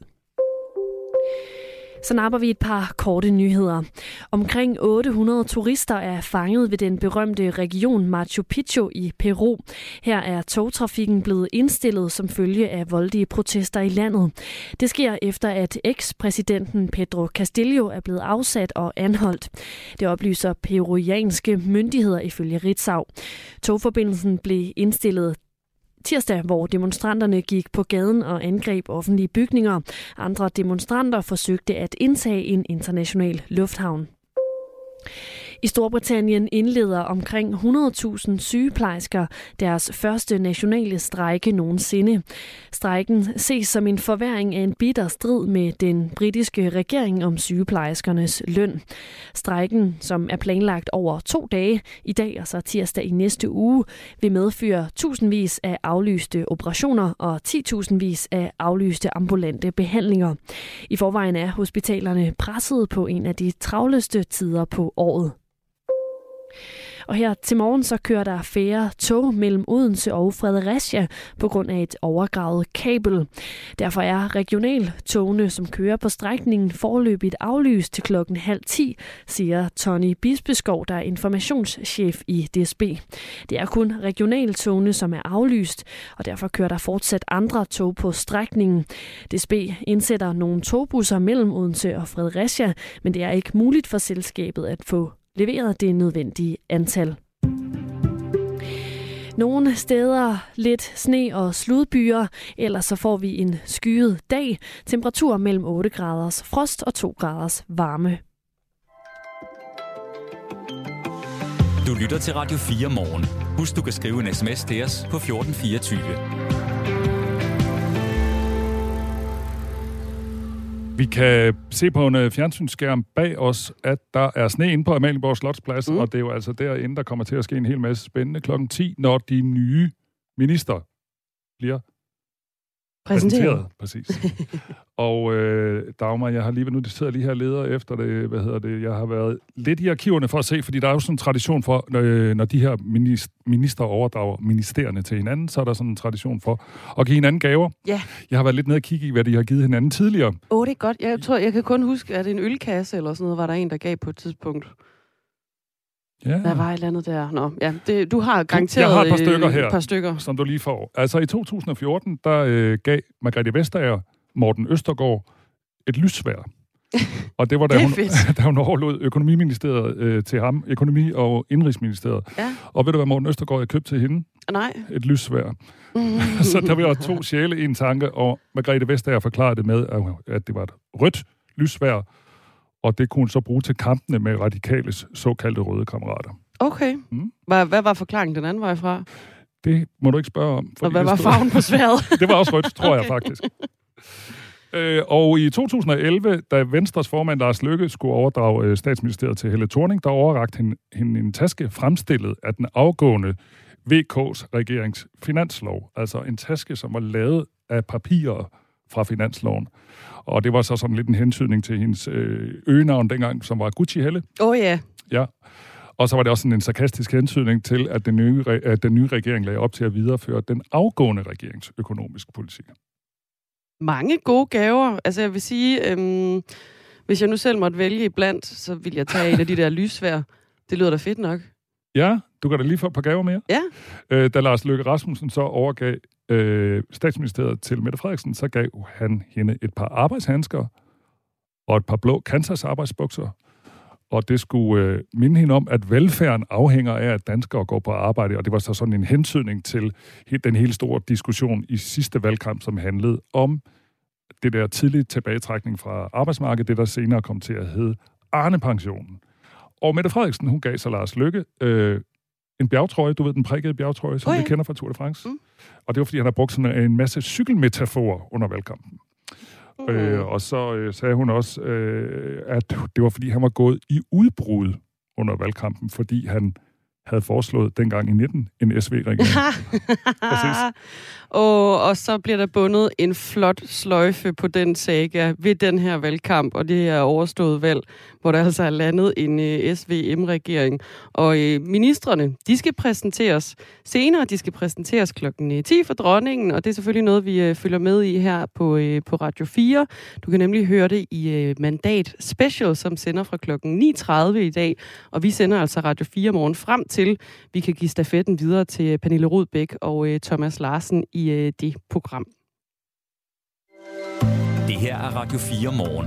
Så napper vi et par korte nyheder. Omkring otte hundrede turister er fanget ved den berømte region Machu Picchu i Peru. Her er togtrafikken blevet indstillet som følge af voldelige protester i landet. Det sker efter, at ekspræsidenten Pedro Castillo er blevet afsat og anholdt. Det oplyser peruanske myndigheder ifølge Ritzau. Togforbindelsen blev indstillet tirsdag, hvor demonstranterne gik på gaden og angreb offentlige bygninger. Andre demonstranter forsøgte at indtage en international lufthavn. I Storbritannien indleder omkring hundrede tusind sygeplejersker deres første nationale strejke nogensinde. Strejken ses som en forværring af en bitter strid med den britiske regering om sygeplejerskernes løn. Strejken, som er planlagt over to dage, i dag og så tirsdag i næste uge, vil medføre tusindvis af aflyste operationer og titusindvis af aflyste ambulante behandlinger. I forvejen er hospitalerne presset på en af de travleste tider på året. Og her til morgen så kører der færre tog mellem Odense og Fredericia på grund af et overgravet kabel. Derfor er regionaltogene, som kører på strækningen, foreløbigt aflyst til klokken halv ti, siger Tony Bisbeskov, der er informationschef i D S B. Det er kun regionaltogene, som er aflyst, og derfor kører der fortsat andre tog på strækningen. D S B indsætter nogle togbusser mellem Odense og Fredericia, men det er ikke muligt for selskabet at få leveret det nødvendige antal. Nogle steder lidt sne og sludbyer, ellers så får vi en skyet dag. Temperatur mellem otte graders frost og to graders varme. Du lytter til Radio fire morgen. Husk, du kan skrive en sms til os på fjorten fireogtyve. Vi kan se på en fjernsynsskærm bag os, at der er sne inde på Amalienborg Slotsplads, mm. og det er jo altså derinde, der kommer til at ske en hel masse spændende klokken ti, når de nye minister bliver Præsenteret. Præcis. Og øh, Dagmar, jeg har lige været nu, det sidder lige her leder efter det, hvad hedder det, jeg har været lidt i arkiverne for at se, fordi der er jo sådan en tradition for, når, når de her minister overdrager ministerierne til hinanden, så er der sådan en tradition for at give hinanden gaver. Ja. Jeg har været lidt nede og kigge i, hvad de har givet hinanden tidligere. Åh, oh, det er godt. Jeg tror, jeg kan kun huske, at det er en ølkasse eller sådan noget, var der en, der gav på et tidspunkt. Ja. Der var et eller andet der. Nå, ja, det, du har garanteret jeg har et par stykker øh, her, et par stykker, som du lige får. Altså i to tusind og fjorten, der øh, gav Margrethe Vestager Morten Østergaard et lyssværd. Og det var, da, det hun, da hun overlod økonomiministeriet øh, til ham, økonomi- og indrigsministeriet. Ja. Og ved du, hvad Morten Østergaard havde købt til hende? Nej. Et lyssværd. Mm. Så der var to sjæle, en tanke, og Margrethe Vestager forklarede det med, at det var et rødt lyssværd, og det kunne hun så bruge til kampene med radikales såkaldte røde kammerater. Okay. Mm. Hvad, hvad var forklaringen den anden vej fra? Det må du ikke spørge om. Og hvad var farven på sværdet? Det var også rødt, tror okay. jeg faktisk. Øh, og i to tusind og elleve, da Venstres formand Lars Løkke skulle overdrage øh, statsministeriet til Helle Thorning, der overrakte hende, hende en taske fremstillet af den afgående V K's regerings finanslov. Altså en taske, som var lavet af papirer fra finansloven. Og det var så sådan lidt en hentydning til hendes øh, øgenavn dengang, som var Gucci Helle. Åh oh, ja. Yeah. Ja. Og så var det også sådan en sarkastisk hentydning til, at den nye, at den nye regering lagde op til at videreføre den afgående regerings økonomiske politik. Mange gode gaver. Altså jeg vil sige, øhm, hvis jeg nu selv måtte vælge iblandt, så vil jeg tage en af de der lyssværd. Det lyder da fedt nok. Ja, du kan da lige få et par gaver mere. Ja. Øh, da Lars Løkke Rasmussen så overgav øh, statsministeriet til Mette Frederiksen, så gav han hende et par arbejdshandsker og et par blå Kansas arbejdsbukser. Og det skulle øh, minde hende om, at velfærden afhænger af, at danskere går på arbejde. Og det var så sådan en hentydning til den hele store diskussion i sidste valgkamp, som handlede om det der tidlige tilbagetrækning fra arbejdsmarkedet, det der senere kom til at hedde Arne-pensionen. Og Mette Frederiksen, hun gav så Lars Løkke øh, en bjergtrøje, du ved, den prikkede bjergtrøje, som oh, ja. vi kender fra Tour de France. Mm. Og det var, fordi han har brugt sådan en masse cykelmetaforer under valgkampen. Mm. Øh, og så øh, sagde hun også, øh, at det var, fordi han var gået i udbrud under valgkampen, fordi han havde foreslået dengang i nitten en S V-regering. Præcis. Og, og så bliver der bundet en flot sløjfe på den saga ved den her valgkamp, og det er overstået valg, hvor der altså er landet en uh, S V M-regering. Og uh, ministrene, de skal præsenteres senere, de skal præsenteres klokken ti for dronningen, og det er selvfølgelig noget, vi uh, følger med i her på, uh, på Radio fire. Du kan nemlig høre det i uh, Mandat Special, som sender fra klokken ni tredive i dag, og vi sender altså Radio fire morgen frem til, vi kan give stafetten videre til Pernille Rudbæk og uh, Thomas Larsen i uh, det program. Det her er Radio fire morgen.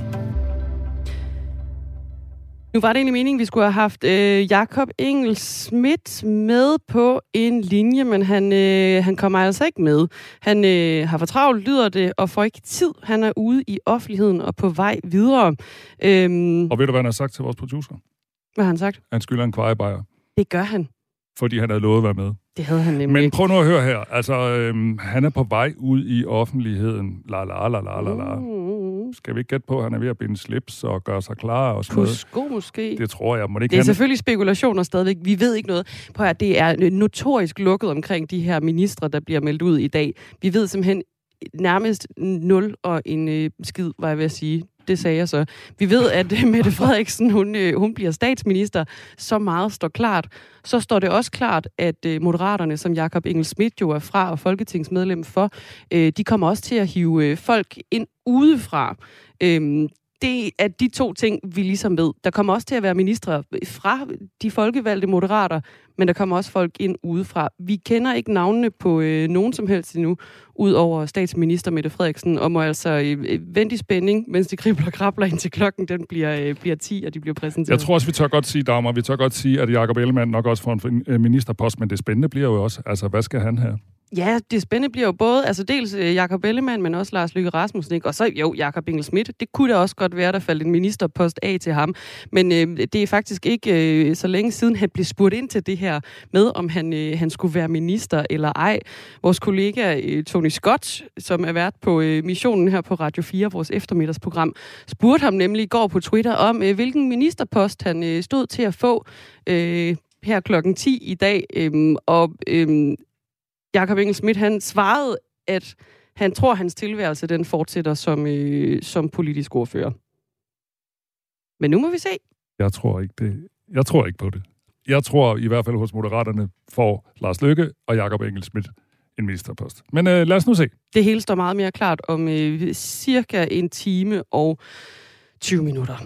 Nu var det egentlig meningen, vi skulle have haft øh, Jakob Engel Schmidt med på en linje, men han, øh, han kommer altså ikke med. Han øh, har for travlt, lyder det, og får ikke tid. Han er ude i offentligheden og på vej videre. Øhm, og ved du, hvad han har sagt til vores producer? Hvad har han sagt? Han skylder en kvajebajer. Det gør han. Fordi han havde lovet at være med. Det havde han nemlig. Men prøv nu at høre her. Altså, øhm, han er på vej ud i offentligheden. La la la la la la. Mm. Skal vi ikke gætte på, at han er ved at binde slips og gøre sig klar og sådan noget? På sko måske. Det tror jeg. Må det ikke det er han... selvfølgelig spekulationer stadigvæk. Vi ved ikke noget. Prøv at det er notorisk lukket omkring de her ministre, der bliver meldt ud i dag. Vi ved simpelthen nærmest nul og en øh, skid, var jeg ved at sige. Det sagde jeg så. Vi ved, at Mette Frederiksen, hun, hun bliver statsminister. Så meget står klart. Så står det også klart, at Moderaterne, som Jakob Engel Schmidt jo er fra og folketingsmedlem for, de kommer også til at hive folk ind udefra. Det er de to ting, vi ligesom ved. Der kommer også til at være ministre fra de folkevalgte moderater, men der kommer også folk ind udefra. Vi kender ikke navnene på øh, nogen som helst endnu, ud over statsminister Mette Frederiksen, og må altså øh, vente i spænding, mens de kribler og krabler indtil klokken den bliver, øh, bliver ti, og de bliver præsenteret. Jeg tror også, vi tør godt sige, Dagmar, vi tør godt sige, at Jakob Ellemann nok også får en ministerpost, men det spændende bliver jo også, altså hvad skal han have? Ja, det spændende bliver jo både, altså dels Jakob Ellemann, men også Lars Løkke Rasmussen, ikke? Og så jo, Jakob Engel Schmidt. Det kunne da også godt være, der faldt en ministerpost af til ham. Men øh, det er faktisk ikke øh, så længe siden, han blev spurgt ind til det her med, om han, øh, han skulle være minister eller ej. Vores kollega øh, Tony Scott, som er vært på øh, missionen her på Radio fire, vores eftermiddagsprogram, spurgte ham nemlig i går på Twitter om, øh, hvilken ministerpost han øh, stod til at få øh, her klokken ti i dag. Øh, og... Øh, Jakob Engel Schmidt, han svarede, at han tror, hans tilværelse den fortsætter som, øh, som politisk ordfører. Men nu må vi se. Jeg tror ikke det. Jeg tror ikke på det. Jeg tror i hvert fald hos Moderaterne får Lars Løkke og Jakob Engel-Schmidt en ministerpost. Men øh, lad os nu se. Det hele står meget mere klart om øh, cirka en time og tyve minutter.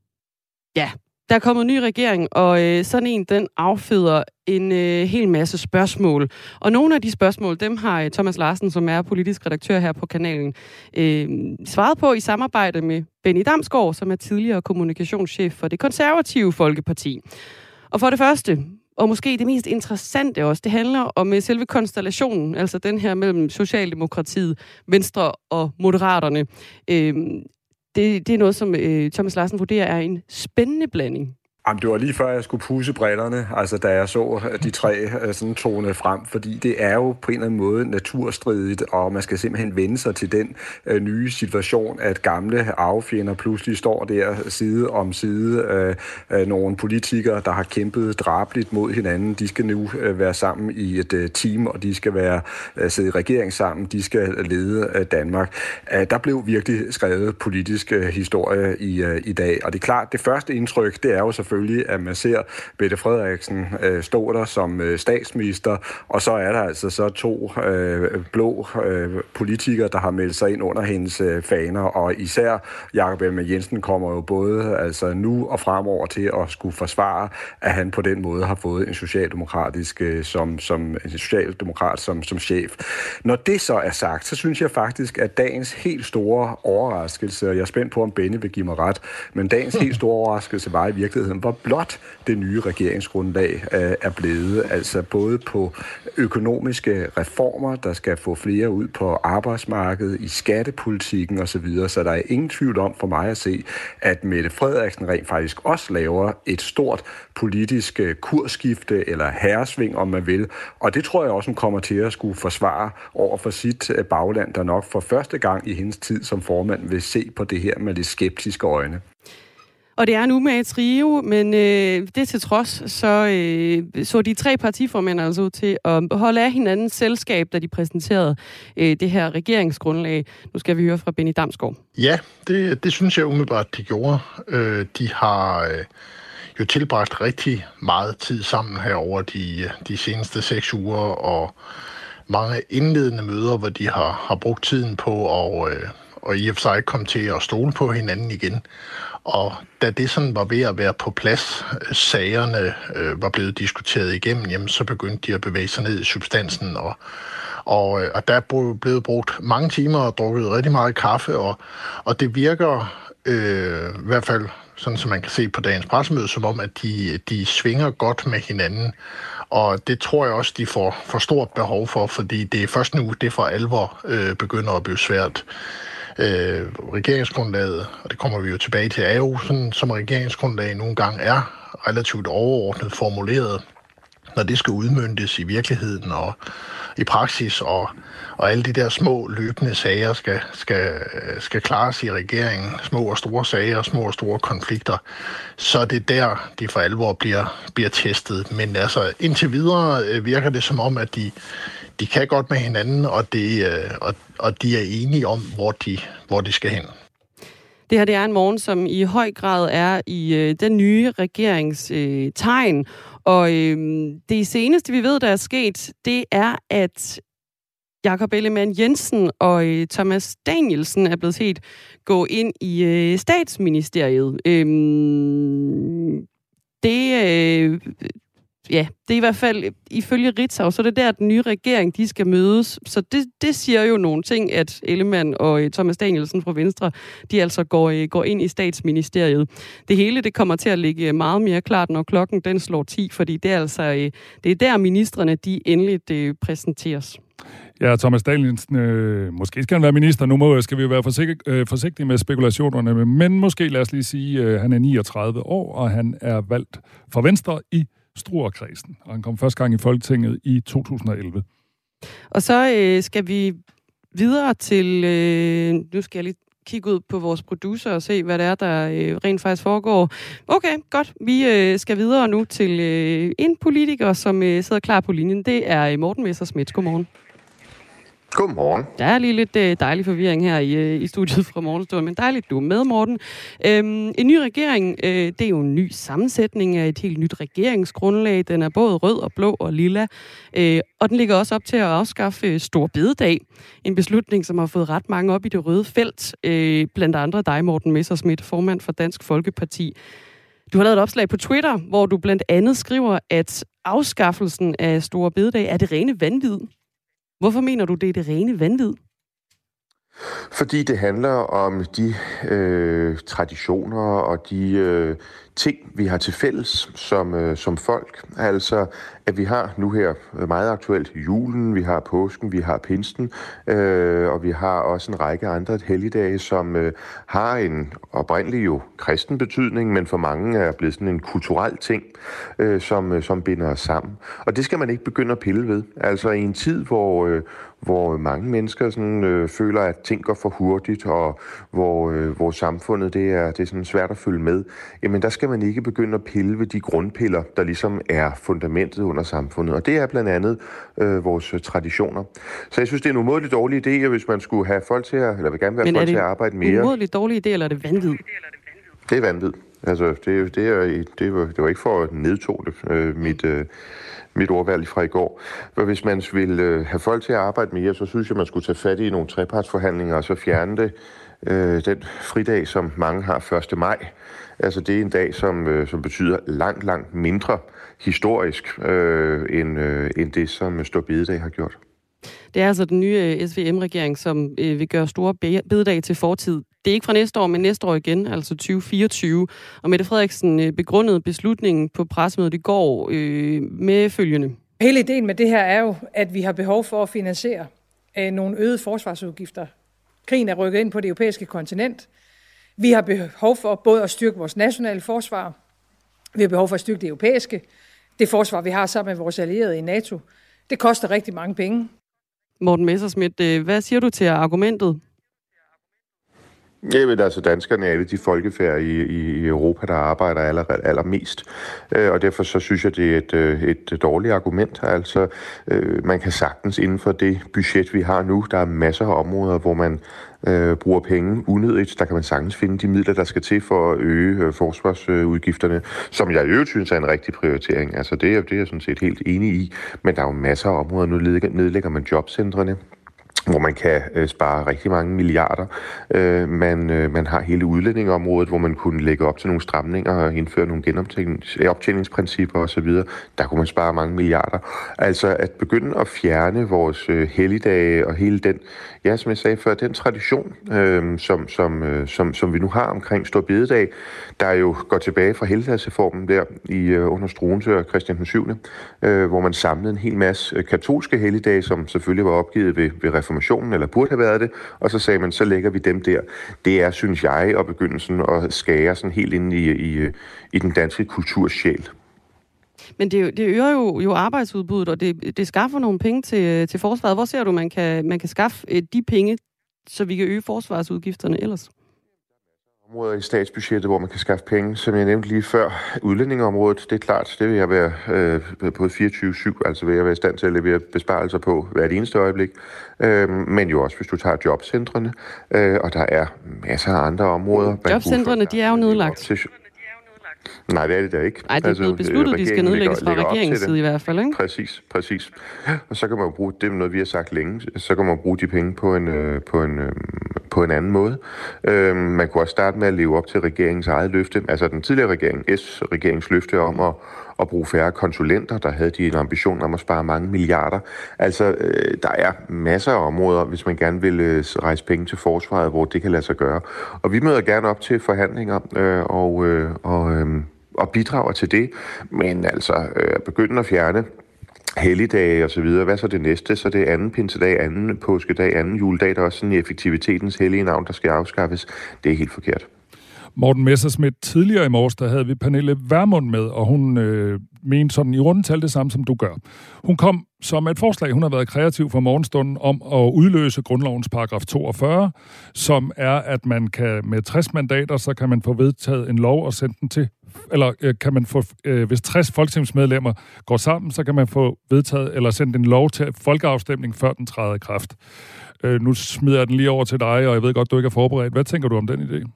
Ja, der er kommet en ny regering, og øh, sådan en, den afføder en øh, hel masse spørgsmål. Og nogle af de spørgsmål, dem har øh, Thomas Larsen, som er politisk redaktør her på kanalen, øh, svaret på i samarbejde med Benny Damsgaard, som er tidligere kommunikationschef for Det Konservative Folkeparti. Og for det første, og måske det mest interessante også, det handler om øh, selve konstellationen, altså den her mellem Socialdemokratiet, Venstre og Moderaterne. Øh, Det, det er noget, som øh, Thomas Larsen vurderer er en spændende blanding. Jamen, det var lige før, jeg skulle pudse brillerne, altså da jeg så de tre sådan tone frem, fordi det er jo på en eller anden måde naturstridigt, og man skal simpelthen vende sig til den øh, nye situation, at gamle arvefjender pludselig står der side om side. Øh, øh, nogle politikere, der har kæmpet drabeligt mod hinanden, de skal nu øh, være sammen i et øh, team, og de skal være øh, sidde i regering sammen, de skal lede øh, Danmark. Øh, der blev virkelig skrevet politisk øh, historie i, øh, i dag, og det er klart, det første indtryk, det er jo selvfølgelig, at man ser Mette Frederiksen øh, stå der som øh, statsminister, og så er der altså så to øh, blå øh, politikere, der har meldt sig ind under hendes øh, faner, og især Jakob Ellemann-Jensen kommer jo både altså nu og fremover til at skulle forsvare, at han på den måde har fået en socialdemokratisk øh, som, som en socialdemokrat som, som chef. Når det så er sagt, så synes jeg faktisk, at dagens helt store overraskelse, og jeg er spændt på, om Benny vil give mig ret, men dagens helt store overraskelse var i virkeligheden, hvor blot det nye regeringsgrundlag øh, er blevet, altså både på økonomiske reformer, der skal få flere ud på arbejdsmarkedet, i skattepolitikken osv., så der er ingen tvivl om for mig at se, at Mette Frederiksen rent faktisk også laver et stort politisk kursskifte eller herresving, om man vil, og det tror jeg også, hun kommer til at skulle forsvare over for sit bagland, der nok for første gang i hendes tid som formand vil se på det her med lidt skeptiske øjne. Og det er nu med et trio, men øh, det til trods, så øh, så de tre partiformænd altså ud til at holde af hinandens selskab, da de præsenterede øh, det her regeringsgrundlag. Nu skal vi høre fra Benny Damsgaard. Ja, det, det synes jeg umiddelbart, de gjorde. Øh, de har øh, jo tilbragt rigtig meget tid sammen her over de, de seneste seks uger, og mange indledende møder, hvor de har, har brugt tiden på at øh, og i og for sig komme til at stole på hinanden igen. Og da det sådan var ved at være på plads, sagerne øh, var blevet diskuteret igennem, jamen, så begyndte de at bevæge sig ned i substansen. Og, og, og der er blevet brugt mange timer og drukket rigtig meget kaffe, og, og det virker øh, i hvert fald, sådan som man kan se på dagens pressemøde, som om, at de, de svinger godt med hinanden. Og det tror jeg også, de får, får stort behov for, fordi det er først nu, det for alvor øh, begynder at blive svært. Øh, regeringsgrundlaget, og det kommer vi jo tilbage til, er jo sådan, som regeringsgrundlag nogle gange er relativt overordnet formuleret, når det skal udmøntes i virkeligheden og i praksis, og, og alle de der små løbende sager skal, skal, skal klares i regeringen, små og store sager, små og store konflikter, så det er der, de for alvor bliver, bliver testet. Men altså, indtil videre virker det som om, at de De kan godt med hinanden, og, det, og, og de er enige om, hvor de, hvor de skal hen. Det her det er en morgen, som i høj grad er i øh, den nye regerings øh, tegn. Og øh, det seneste, vi ved, der er sket, det er, at Jakob Ellemann-Jensen og øh, Thomas Danielsen er blevet set gå ind i øh, statsministeriet. Øh, det... Øh, Ja, det er i hvert fald ifølge Ritzau, så det er der, den nye regering, de skal mødes. Så det, det siger jo nogle ting, at Ellemann og Thomas Danielsen fra Venstre, de altså går, går ind i statsministeriet. Det hele, det kommer til at ligge meget mere klart, når klokken den slår ti, fordi det er altså det er der, ministrene, de endeligt præsenteres. Ja, Thomas Danielsen, øh, måske skal han være minister. Nu må, skal vi jo være forsigt, øh, forsigtige med spekulationerne, men måske lad os lige sige, øh, han er niogtredive år, og han er valgt for Venstre i Struerkredsen, og han kom første gang i Folketinget i to tusind og elleve. Og så øh, skal vi videre til, øh, nu skal jeg lige kigge ud på vores producer og se, hvad det er, der øh, rent faktisk foregår. Okay, godt. Vi øh, skal videre nu til øh, en politiker, som øh, sidder klar på linjen. Det er Morten Messerschmidt. Godmorgen. Godmorgen. Der er lige lidt øh, dejlig forvirring her i, øh, i studiet fra Morgenstunden, men dejligt, du er med, Morten. Øhm, en ny regering, øh, det er jo en ny sammensætning af et helt nyt regeringsgrundlag. Den er både rød og blå og lilla, øh, og den ligger også op til at afskaffe øh, Store Bededag. En beslutning, som har fået ret mange op i det røde felt, øh, blandt andre dig, Morten Messerschmidt, formand for Dansk Folkeparti. Du har lavet et opslag på Twitter, hvor du blandt andet skriver, at afskaffelsen af Store Bededag er det rene vanvid. Hvorfor mener du, det er det rene vanvid? Fordi det handler om de øh, traditioner og de øh, ting, vi har til fælles som, øh, som folk. Altså, at vi har nu her meget aktuelt julen, vi har påsken, vi har pinsen, øh, og vi har også en række andre helligdage, som øh, har en oprindelig jo kristen betydning, men for mange er blevet sådan en kulturel ting, øh, som, øh, som binder os sammen. Og det skal man ikke begynde at pille ved. Altså i en tid, hvor, øh, hvor mange mennesker sådan, øh, føler, at ting går for hurtigt, og hvor, øh, hvor samfundet det er, det er sådan svært at følge med, jamen der skal man ikke begynde at pille ved de grundpiller, der ligesom er fundamentet under samfundet. Og det er blandt andet øh, vores traditioner. Så jeg synes, det er en umådeligt dårlig idé, hvis man skulle have folk til at, eller vil gerne være folk til at arbejde mere. Men er det en umådeligt dårlig idé, eller er det vanvid? Det er vanvid. Altså, det, det, er, det, var, det var ikke for at nedtone det, øh, mit... Øh, mit ordvalg fra i går. For hvis man vil øh, have folk til at arbejde mere, så synes jeg, man skulle tage fat i nogle trepartsforhandlinger og så fjerne det, øh, den fridag, som mange har første maj. Altså det er en dag, som, øh, som betyder langt, langt mindre historisk, øh, end, øh, end det, som Store Bededag har gjort. Det er altså den nye S V M-regering, som øh, vil gøre Store Bededag til fortid. Det er ikke fra næste år, men næste år igen, altså tyve fireogtyve. Og Mette Frederiksen øh, begrundede beslutningen på pressemødet i går øh, med følgende. Hele ideen med det her er jo, at vi har behov for at finansiere øh, nogle øgede forsvarsudgifter. Krigen er rykket ind på det europæiske kontinent. Vi har behov for både at styrke vores nationale forsvar. Vi har behov for at styrke det europæiske. Det forsvar, vi har sammen med vores allierede i NATO. Det koster rigtig mange penge. Morten Messerschmidt, hvad siger du til argumentet? Jeg ved, altså danskerne er alle de folkefærd i, i Europa, der arbejder aller, allermest. Øh, og derfor så synes jeg, det er et, et dårligt argument. Altså, øh, man kan sagtens inden for det budget, vi har nu, der er masser af områder, hvor man øh, bruger penge unødigt. Der kan man sagtens finde de midler, der skal til for at øge øh, forsvarsudgifterne, som jeg i øvrigt synes er en rigtig prioritering. Altså, det er, det er jeg sådan set helt enig i. Men der er jo masser af områder. Nu nedlægger man jobcentrene, hvor man kan øh, spare rigtig mange milliarder. Øh, man, øh, man har hele udlændingeområdet, hvor man kunne lægge op til nogle stramninger og indføre nogle genoptjeningsprincipper osv. Der kunne man spare mange milliarder. Altså at begynde at fjerne vores øh, helligdage og hele den, ja, som jeg sagde før, den tradition, øh, som, som, øh, som, som vi nu har omkring Store Bededag, der jo går tilbage fra helligdagsreformen der i, øh, under Struensee og Christian den syvende, øh, hvor man samlede en hel masse katolske helligdage, som selvfølgelig var opgivet ved, ved reformationen, eller burde have været det, og så sagde man, så lægger vi dem der. Det er, synes jeg, at begynde sådan at skære sådan helt ind i, i, i den danske kulturs sjæl. Men det, det øger jo, jo arbejdsudbuddet, og det, det skaffer nogle penge til, til forsvaret. Hvor ser du, man kan, man kan skaffe de penge, så vi kan øge forsvarsudgifterne ellers? Områder i statsbudgettet, hvor man kan skaffe penge, som jeg nævnte lige før. Udlændingeområdet, det er klart, det vil jeg være øh, på fireogtyve syv, altså vil jeg være i stand til at levere besparelser på hvert eneste øjeblik. Øh, men jo også, hvis du tager jobcentrene, øh, og der er masser af andre områder. Jobcentrene, de er jo nedlagt. Til... Nej, det er det da ikke. Nej, det er blevet besluttet, at de skal nedlægges fra regeringens side i hvert fald, ikke? Præcis, præcis. Og så kan man jo bruge, det er noget, vi har sagt længe, så kan man bruge de penge på en, øh, på en, øh, på en anden måde. Øh, man kunne også starte med at leve op til regeringens eget løfte, altså den tidligere regering, S-regeringens løfte om at, at bruge færre konsulenter, der havde de en ambition om at spare mange milliarder. Altså, øh, der er masser af områder, hvis man gerne vil øh, rejse penge til forsvaret, hvor det kan lade sig gøre. Og vi møder gerne op til forhandlinger øh, og, øh, og, øh, og bidrager til det, men altså øh, begynde at fjerne helligdage og så videre. Hvad så det næste? Så det er anden pinsedag, anden påskedag, anden juledag, der er også sådan i effektivitetens hellige navn, der skal afskaffes. Det er helt forkert. Morten Messerschmidt, tidligere i morges, der havde vi Pernille Vermund med, og hun øh, mente sådan i rundetal det samme, som du gør. Hun kom som et forslag, hun har været kreativ for morgenstunden, om at udløse grundlovens paragraf toogfyrre, som er, at man kan med tres mandater, så kan man få vedtaget en lov og sende den til eller øh, kan man få, øh, hvis tres folketingsmedlemmer går sammen, så kan man få vedtaget eller sendt en lov til folkeafstemning, før den træder i kraft. Øh, nu smider jeg den lige over til dig, og jeg ved godt, du ikke er forberedt. Hvad tænker du om den idé?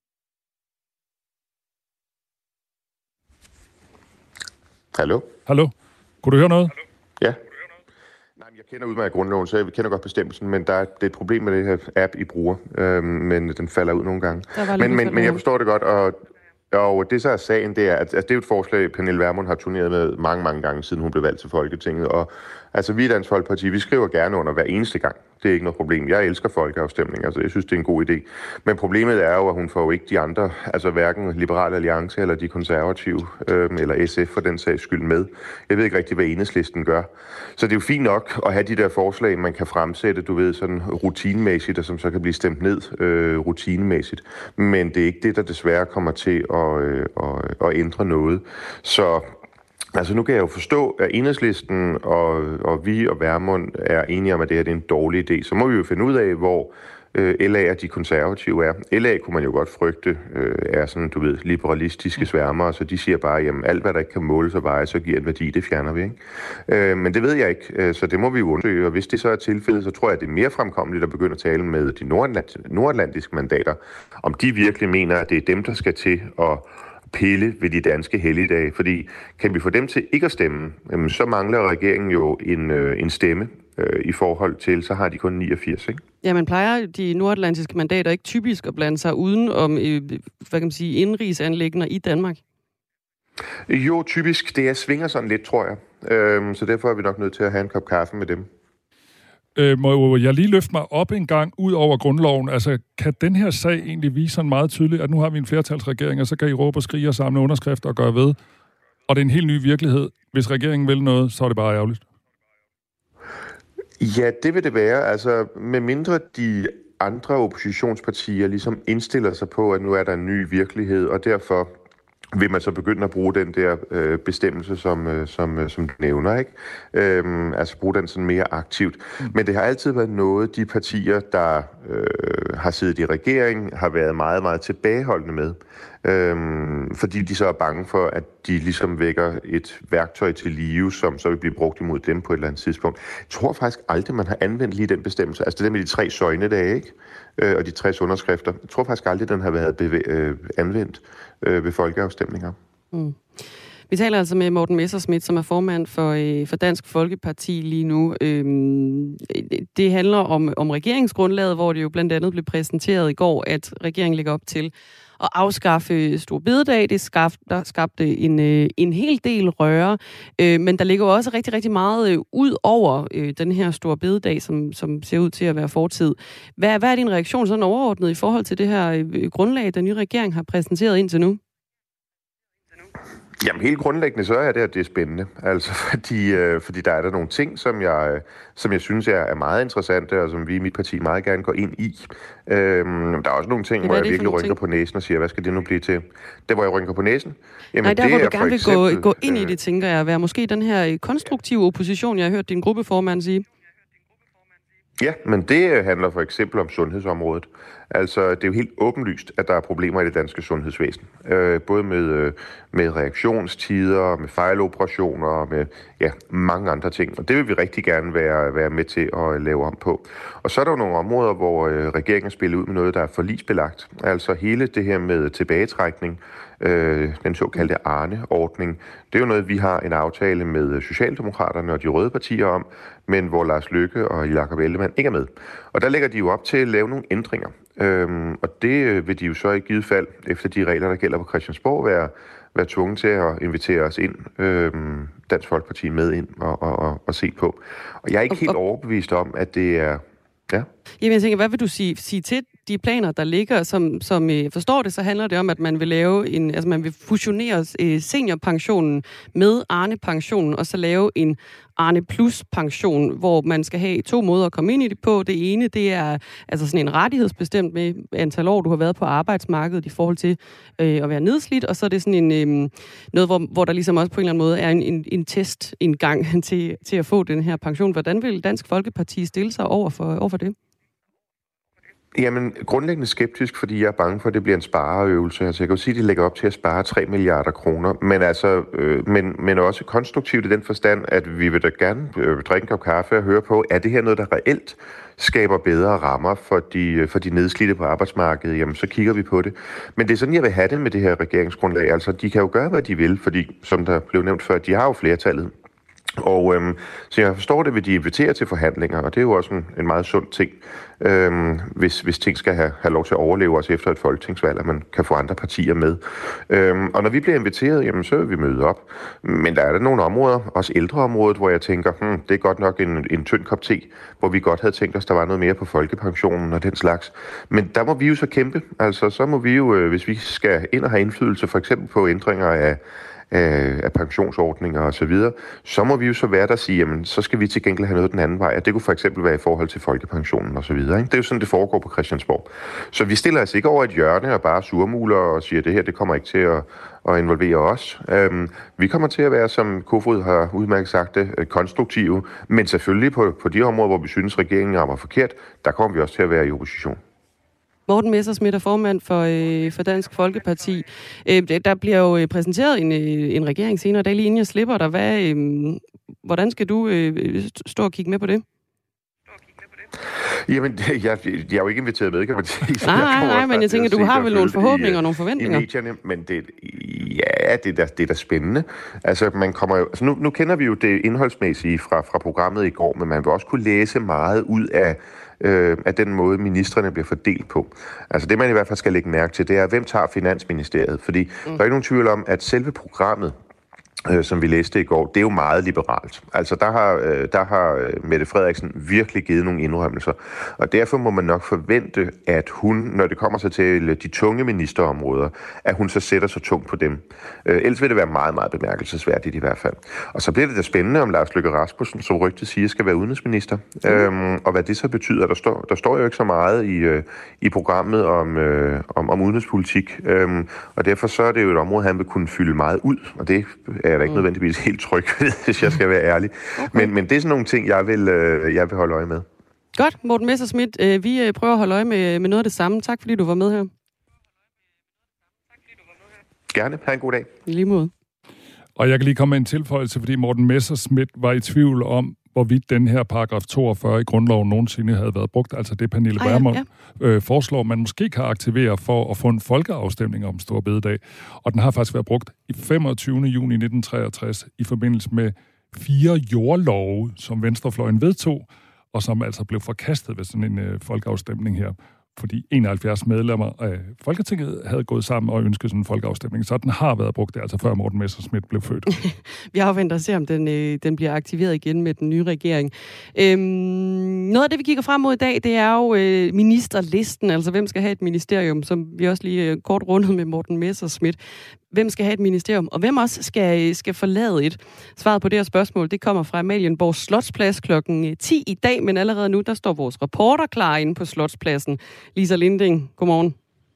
Hallo? Hallo? Kunne du høre noget? Ja. Nej, jeg kender udmærket grundloven, så jeg kender godt bestemmelsen, men der er, det er et problem med det her app, I bruger, øhm, men den falder ud nogle gange. Men, men, men jeg forstår det godt, og, og det så er sagen, det er, at altså, det er jo et forslag, Pernille Vermund har turneret med mange, mange gange, siden hun blev valgt til Folketinget, og altså vi i Dansk Folkeparti, vi skriver gerne under hver eneste gang. Det er ikke noget problem. Jeg elsker folkeafstemninger, altså jeg synes, det er en god idé. Men problemet er jo, at hun får jo ikke de andre, altså hverken Liberale Alliance eller de konservative, øh, eller S F for den sags skyld med. Jeg ved ikke rigtig, hvad Enhedslisten gør. Så det er jo fint nok at have de der forslag, man kan fremsætte, du ved, sådan rutinemæssigt, og som så kan blive stemt ned øh, rutinemæssigt. Men det er ikke det, der desværre kommer til at, øh, at, at ændre noget. Så altså nu kan jeg jo forstå, at Enhedslisten og, og vi og Vermund er enige om, at det her det er en dårlig idé. Så må vi jo finde ud af, hvor øh, L A og de konservative er. L A kunne man jo godt frygte, øh, er sådan, du ved, liberalistiske sværmere, så de siger bare, jamen alt, hvad der ikke kan måles og veje, så giver en værdi, det fjerner vi, ikke? Øh, men det ved jeg ikke, øh, så det må vi jo undersøge, og hvis det så er tilfældet, så tror jeg, at det er mere fremkommeligt at begynde at tale med de nordatlant- nordatlantiske mandater, om de virkelig mener, at det er dem, der skal til at pille ved de danske helligdage, fordi kan vi få dem til ikke at stemme, så mangler regeringen jo en, øh, en stemme øh, i forhold til, så har de kun niogfirs, ikke? Ja, man plejer de nordatlantiske mandater ikke typisk at blande sig uden om, øh, hvad kan man sige, indrigsanliggender i Danmark? Jo, typisk. Det er svinger sådan lidt, tror jeg. Øh, så derfor er vi nok nødt til at have en kop kaffe med dem. Øh, må jeg lige løfte mig op en gang ud over grundloven? Altså, kan den her sag egentlig vise sådan meget tydeligt, at nu har vi en flertalsregering, og så kan I råbe og skrige og samle underskrifter og gøre ved? Og det er en helt ny virkelighed. Hvis regeringen vil noget, så er det bare ærgerligt. Ja, det vil det være. Altså, med mindre de andre oppositionspartier ligesom indstiller sig på, at nu er der en ny virkelighed, og derfor vil man så begynde at bruge den der øh, bestemmelse, som, øh, som, øh, som du nævner, ikke? Øhm, altså bruge den sådan mere aktivt. Mm. Men det har altid været noget, de partier, der øh, har siddet i regeringen, har været meget, meget tilbageholdende med. Øhm, fordi de så er bange for, at de ligesom vækker et værktøj til live, som så vil blive brugt imod dem på et eller andet tidspunkt. Jeg tror faktisk aldrig, man har anvendt lige den bestemmelse. Altså det der med de tre søgnedage, ikke? Øh, og de tres underskrifter. Jeg tror faktisk aldrig, den har været bevæ- øh, anvendt øh, ved folkeafstemninger. Mm. Vi taler altså med Morten Messerschmidt, som er formand for, øh, for Dansk Folkeparti lige nu. Øhm, det handler om, om regeringsgrundlaget, hvor det jo blandt andet blev præsenteret i går, at regeringen lægger op til at afskaffe Store Bededag. Det skabte, der skabte en, øh, en hel del røre, øh, men der ligger jo også rigtig, rigtig meget øh, ud over øh, den her Store Bededag, som, som ser ud til at være fortid. Hvad, hvad er din reaktion sådan overordnet i forhold til det her øh, grundlag, den nye regering har præsenteret indtil nu? Jamen helt grundlæggende så er det, at det er spændende. Altså fordi, øh, fordi der er der nogle ting, som jeg, som jeg synes er, er meget interessante, og som vi i mit parti meget gerne går ind i. Øhm, der er også nogle ting, hvor jeg virkelig rynker ting? på næsen og siger, hvad skal det nu blive til? Det, hvor jeg rynker på næsen? Jamen, Nej, der det hvor du er gerne vil eksempel, gå, gå ind i det, tænker jeg, at være måske den her konstruktive opposition, jeg har hørt din gruppeformand sige. Ja, men det handler for eksempel om sundhedsområdet. Altså, det er jo helt åbenlyst, at der er problemer i det danske sundhedsvæsen. Øh, både med, øh, med reaktionstider, med fejloperationer og med ja, mange andre ting. Og det vil vi rigtig gerne være, være med til at lave om på. Og så er der jo nogle områder, hvor øh, regeringen spiller ud med noget, der er forligsbelagt. Altså hele det her med tilbagetrækning, øh, den såkaldte Arne-ordning. Det er jo noget, vi har en aftale med Socialdemokraterne og de røde partier om, men hvor Lars Løkke og Jakob Ellemann ikke er med. Og der lægger de jo op til at lave nogle ændringer. Øhm, og det vil de jo så i givet fald, efter de regler, der gælder på Christiansborg, være, være tvunget til at invitere os ind, øhm, Dansk Folkeparti med ind og, og, og, og se på. Og jeg er ikke helt overbevist om, at det er... Ja. Jamen, jeg tænker, hvad vil du sige, sige til de planer, der ligger, som, som jeg forstår det, så handler det om, at man vil lave en, altså man vil fusionere eh, seniorpensionen med Arne-pensionen, og så lave en Arne Plus pension, hvor man skal have to måder at komme ind i det på. Det ene, det er altså sådan en rettighedsbestemt med antal år, du har været på arbejdsmarkedet i forhold til øh, at være nedslidt, og så er det sådan en, øh, noget, hvor, hvor der ligesom også på en eller anden måde er en, en, en test en gang til, til at få den her pension. Hvordan vil Dansk Folkeparti stille sig over for, over for det? Jamen, grundlæggende skeptisk, fordi jeg er bange for, at det bliver en spareøvelse. Altså, jeg kan jo sige, at de lægger op til at spare tre milliarder kroner, men, altså, øh, men, men også konstruktivt i den forstand, at vi vil da gerne øh, drikke en kop kaffe og høre på, er det her noget, der reelt skaber bedre rammer for de, for de nedslidte på arbejdsmarkedet, jamen så kigger vi på det. Men det er sådan, jeg vil have det med det her regeringsgrundlag. Altså, de kan jo gøre, hvad de vil, fordi, som der blev nævnt før, de har jo flertallet. Og øhm, så jeg forstår det, vil de invitere til forhandlinger, og det er jo også en, en meget sund ting, øhm, hvis, hvis ting skal have, have lov til at overleve også efter et folketingsvalg, at man kan få andre partier med. Øhm, og når vi bliver inviteret, jamen, så vil vi møde op. Men der er der nogle områder, også ældreområdet, hvor jeg tænker, hmm, det er godt nok en, en tynd kop te, hvor vi godt havde tænkt os, der var noget mere på folkepensionen og den slags. Men der må vi jo så kæmpe. Altså, så må vi jo, hvis vi skal ind og have indflydelse, for eksempel på ændringer af af pensionsordninger og så videre, så må vi jo så være der og sige, jamen, så skal vi til gengæld have noget den anden vej, og det kunne for eksempel være i forhold til folkepensionen og så videre. Ikke? Det er jo sådan, det foregår på Christiansborg. Så vi stiller os ikke over et hjørne og bare surmuler og siger, at det her, det kommer ikke til at, at involvere os. Øhm, vi kommer til at være, som Kofod har udmærket sagt det, konstruktive, men selvfølgelig på, på de områder, hvor vi synes, regeringen rammer forkert, der kommer vi også til at være i opposition. Morten Messerschmidt er formand for, øh, for Dansk Folkeparti. Øh, der bliver jo præsenteret en, øh, en regering senere, der lige inden jeg slipper dig. Hvad, øh, hvordan skal du øh, stå og kigge med på det? Jamen, jeg, jeg er jo ikke inviteret med, kan man sige. Nej, nej, nej, men jeg tænker, du har vel nogle forhåbninger og nogle forventninger? I medierne, men det, ja, det er da, det er da spændende. Altså, man kommer jo, altså nu, nu kender vi jo det indholdsmæssige fra, fra programmet i går, men man vil også kunne læse meget ud af øh, af den måde, ministrene bliver fordelt på. Altså det, man i hvert fald skal lægge mærke til, det er, hvem tager Finansministeriet? Fordi mm. der er ikke nogen tvivl om, at selve programmet, øh, som vi læste i går, det er jo meget liberalt. Altså der har, øh, der har Mette Frederiksen virkelig givet nogle indrømmelser. Og derfor må man nok forvente, at hun, når det kommer sig til de tunge ministerområder, at hun så sætter sig tungt på dem. Øh, ellers vil det være meget, meget bemærkelsesværdigt i hvert fald. Og så bliver det da spændende, om Lars Løkke Rasmussen, som rygtet siger, skal være udenrigsminister. Mm. Øhm, og hvad det så betyder. Der står, der står jo ikke så meget i, øh, i programmet om, øh, om, om udenrigspolitik. Øhm, og derfor så er det jo et område, han vil kunne fylde meget ud. Og det er da ikke mm. nødvendigvis helt tryg ved, hvis jeg skal være ærlig. Okay. Men, men det er sådan nogle ting, jeg vil, øh, jeg vil holde øje med. Godt, Morten Messerschmidt. Øh, vi øh, prøver at holde øje med, med noget af det samme. Tak fordi du var med her. Gerne. Ha' en god dag. I lige måde. Og jeg kan lige komme med en tilføjelse, fordi Morten Messerschmidt var i tvivl om, hvorvidt den her paragraf toogfyrre i grundloven nogensinde havde været brugt. Altså det, Pernille Vermund ah, ja, ja. øh, foreslår, man måske kan aktivere for at få en folkeafstemning om Store Bededag. Og den har faktisk været brugt i femogtyvende juni nitten treogtres i forbindelse med fire jordlove, som venstrefløjen vedtog, og som altså blev forkastet ved sådan en øh, folkeafstemning her. Fordi enoghalvfjerds medlemmer af Folketinget havde gået sammen og ønsket sådan en folkeafstemning. Så den har været brugt, altså før Morten Messerschmidt blev født. Vi afventer at se, om den, øh, den bliver aktiveret igen med den nye regering. Øhm, noget af det, vi kigger frem mod i dag, det er jo øh, ministerlisten. Altså, hvem skal have et ministerium, som vi også lige øh, kort rundede med Morten Messerschmidt. Hvem skal have et ministerium, og hvem også skal, skal forlade et? Svaret på det her spørgsmål, det kommer fra Amalienborg Slotsplads klokken ti i dag, men allerede nu, der står vores reporter klar inde på Slotspladsen. Lisa Linding, godmorgen.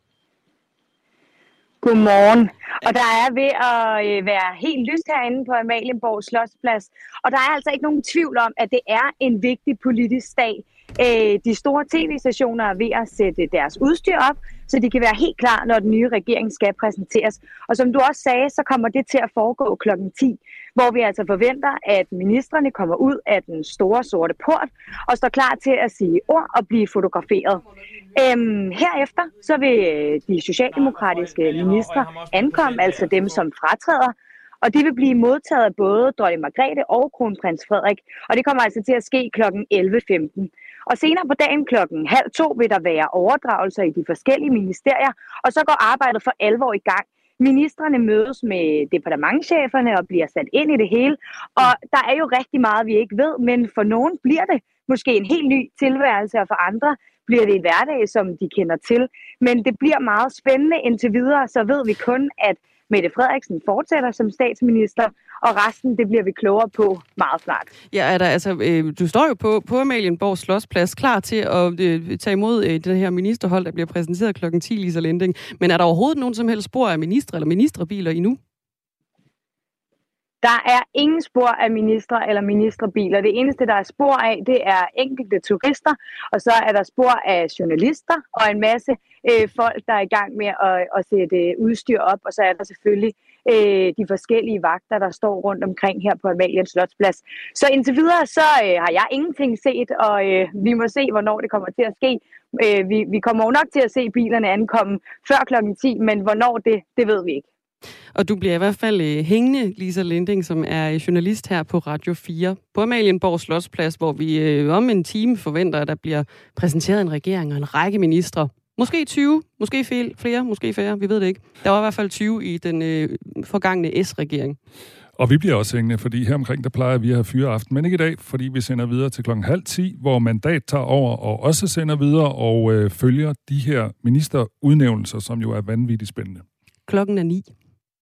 Godmorgen. Og der er ved at være helt lyst herinde på Amalienborg Slotsplads, og der er altså ikke nogen tvivl om, at det er en vigtig politisk dag. De store tv-stationer er ved at sætte deres udstyr op, så de kan være helt klar, når den nye regering skal præsenteres. Og som du også sagde, så kommer det til at foregå klokken ti, hvor vi altså forventer, at ministrene kommer ud af den store sorte port og står klar til at sige ord og blive fotograferet. Øhm, herefter så vil de socialdemokratiske ministre ankomme, altså dem som fratræder, og de vil blive modtaget af både dronning Margrethe og kronprins Frederik, og det kommer altså til at ske klokken elleve femten. Og senere på dagen klokken halv to vil der være overdragelser i de forskellige ministerier, og så går arbejdet for alvor i gang. Ministrene mødes med departementscheferne og bliver sat ind i det hele, og der er jo rigtig meget, vi ikke ved, men for nogen bliver det måske en helt ny tilværelse, og for andre bliver det en hverdag, som de kender til. Men det bliver meget spændende indtil videre, så ved vi kun, at Mette Frederiksen fortsætter som statsminister, og resten, det bliver vi klogere på meget snart. Ja, er der, altså, øh, du står jo på, på Amalienborg Slotsplads klar til at øh, tage imod øh, det her ministerhold, der bliver præsenteret klokken ti, Lisa Linding. Men er der overhovedet nogen som helst spor af ministre eller ministerbiler endnu? Der er ingen spor af ministre eller ministerbiler. Det eneste, der er spor af, det er enkelte turister, og så er der spor af journalister og en masse øh, folk, der er i gang med at, at sætte udstyr op, og så er der selvfølgelig øh, de forskellige vagter, der står rundt omkring her på Amaliens Slotsplads. Så indtil videre, så øh, har jeg ingenting set, og øh, vi må se, hvornår det kommer til at ske. Øh, vi, vi kommer jo nok til at se bilerne ankomme før klokken ti, men hvornår det, det ved vi ikke. Og du bliver i hvert fald øh, hængende, Lisa Linding, som er journalist her på Radio fire på Amalienborg Slotsplads, hvor vi øh, om en time forventer, at der bliver præsenteret en regering og en række ministre. Måske tyve, måske flere, måske færre, vi ved det ikke. Der var i hvert fald tyve i den øh, forgangne S-regering. Og vi bliver også hængende, fordi her omkring, der plejer vi at have fyreaften, men ikke i dag, fordi vi sender videre til klokken halv ti, hvor Mandat tager over og også sender videre og øh, følger de her ministerudnævnelser, som jo er vanvittigt spændende. Klokken er ni.